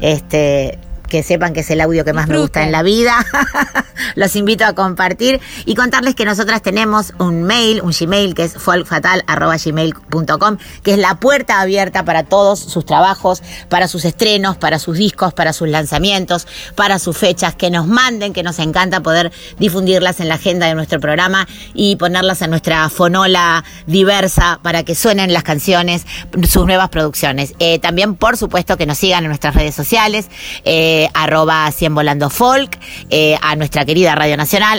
que sepan que es el audio que más me gusta en la vida. Los invito a compartir y contarles que nosotras tenemos un Gmail, que es folkfatal@gmail.com, que es la puerta abierta para todos sus trabajos, para sus estrenos, para sus discos, para sus lanzamientos, para sus fechas, que nos manden, que nos encanta poder difundirlas en la agenda de nuestro programa y ponerlas en nuestra fonola diversa para que suenen las canciones, sus nuevas producciones. También, por supuesto, que nos sigan en nuestras redes sociales, @100 Volando Folk, a nuestra querida Radio Nacional,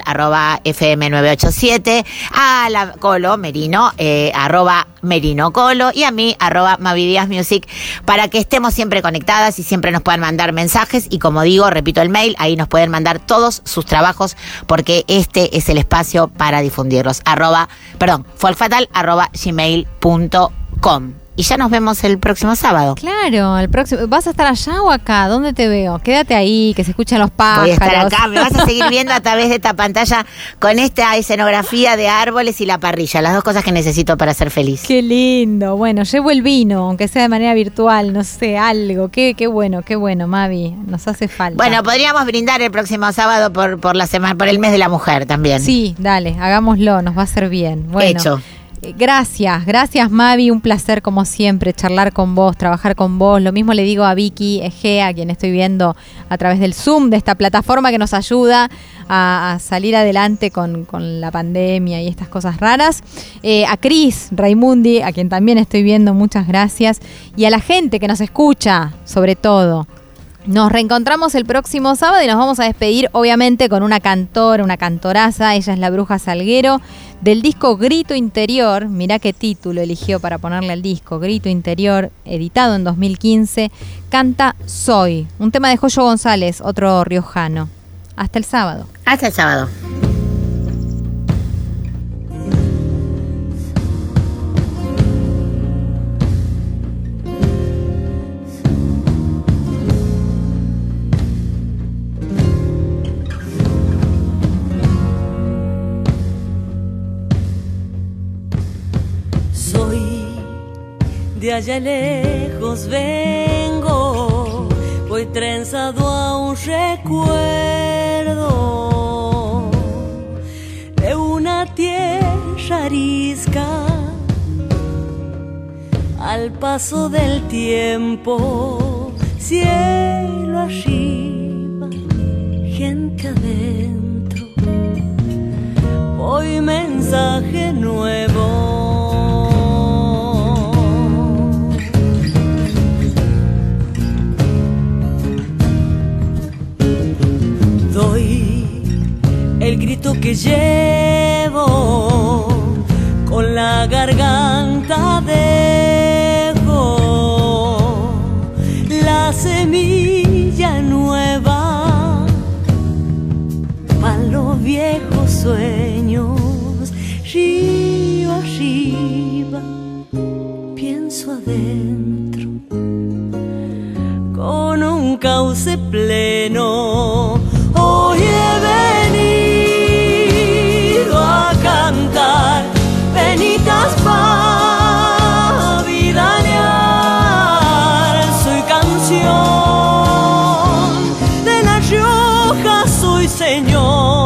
@FM987, a la Colo Merino, @MerinoColo, y a mí, @MaviDíazMusic, para que estemos siempre conectadas y siempre nos puedan mandar mensajes. Y como digo, repito el mail, ahí nos pueden mandar todos sus trabajos, porque este es el espacio para difundirlos. folkfatal@gmail.com. Y ya nos vemos el próximo sábado. Claro, el próximo. ¿Vas a estar allá o acá? ¿Dónde te veo? Quédate ahí, que se escuchen los pájaros. Voy a estar acá, me vas a seguir viendo a través de esta pantalla con esta escenografía de árboles y la parrilla, las dos cosas que necesito para ser feliz. Qué lindo. Bueno, llevo el vino, aunque sea de manera virtual, no sé, algo. Qué bueno, Mavi, nos hace falta. Bueno, podríamos brindar el próximo sábado por la semana, por el mes de la mujer también. Sí, dale, hagámoslo, nos va a hacer bien. Bueno, hecho. Gracias Mavi, un placer como siempre charlar con vos, trabajar con vos. Lo mismo le digo a Vicky Egea, a quien estoy viendo a través del Zoom, de esta plataforma que nos ayuda a salir adelante con la pandemia y estas cosas raras. A Cris Raimundi, a quien también estoy viendo, muchas gracias. Y a la gente que nos escucha, sobre todo. Nos reencontramos el próximo sábado y nos vamos a despedir, obviamente, con una cantora, una cantoraza. Ella es la Bruja Salguero, del disco Grito Interior. Mirá qué título eligió para ponerle al disco, Grito Interior, editado en 2015. Canta Soy, un tema de Joyo González, otro riojano. Hasta el sábado. Hasta el sábado. De allá lejos vengo, voy trenzado a un recuerdo de una tierra arisca. Al paso del tiempo, cielo arriba, gente adentro, hoy mensaje nuevo. Doy el grito que llevo, con la garganta dejo la semilla nueva para los viejos sueños. Río arriba, pienso adentro, con un cauce pleno. Hoy he venido a cantar penitas para vidalear. Soy canción de La Rioja, soy señor.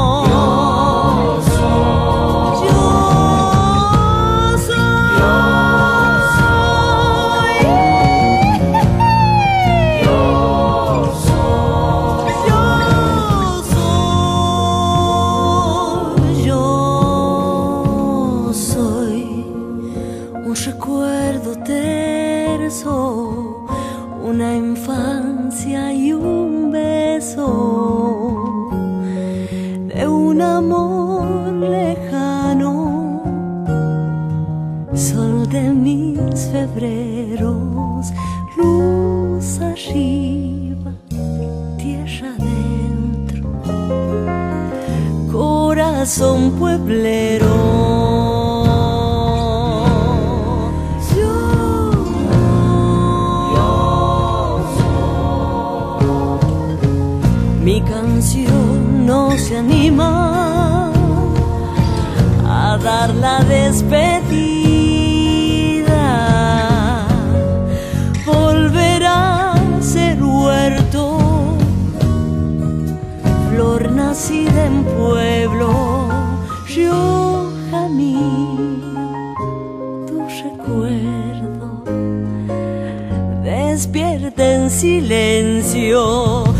Febreros, luz arriba, tierra adentro, corazón pueblero. Mi canción no se anima a dar la despedida. Volverá a ser huerto, flor nacida en pueblo, Rioja mía, tu recuerdo despierta en silencio.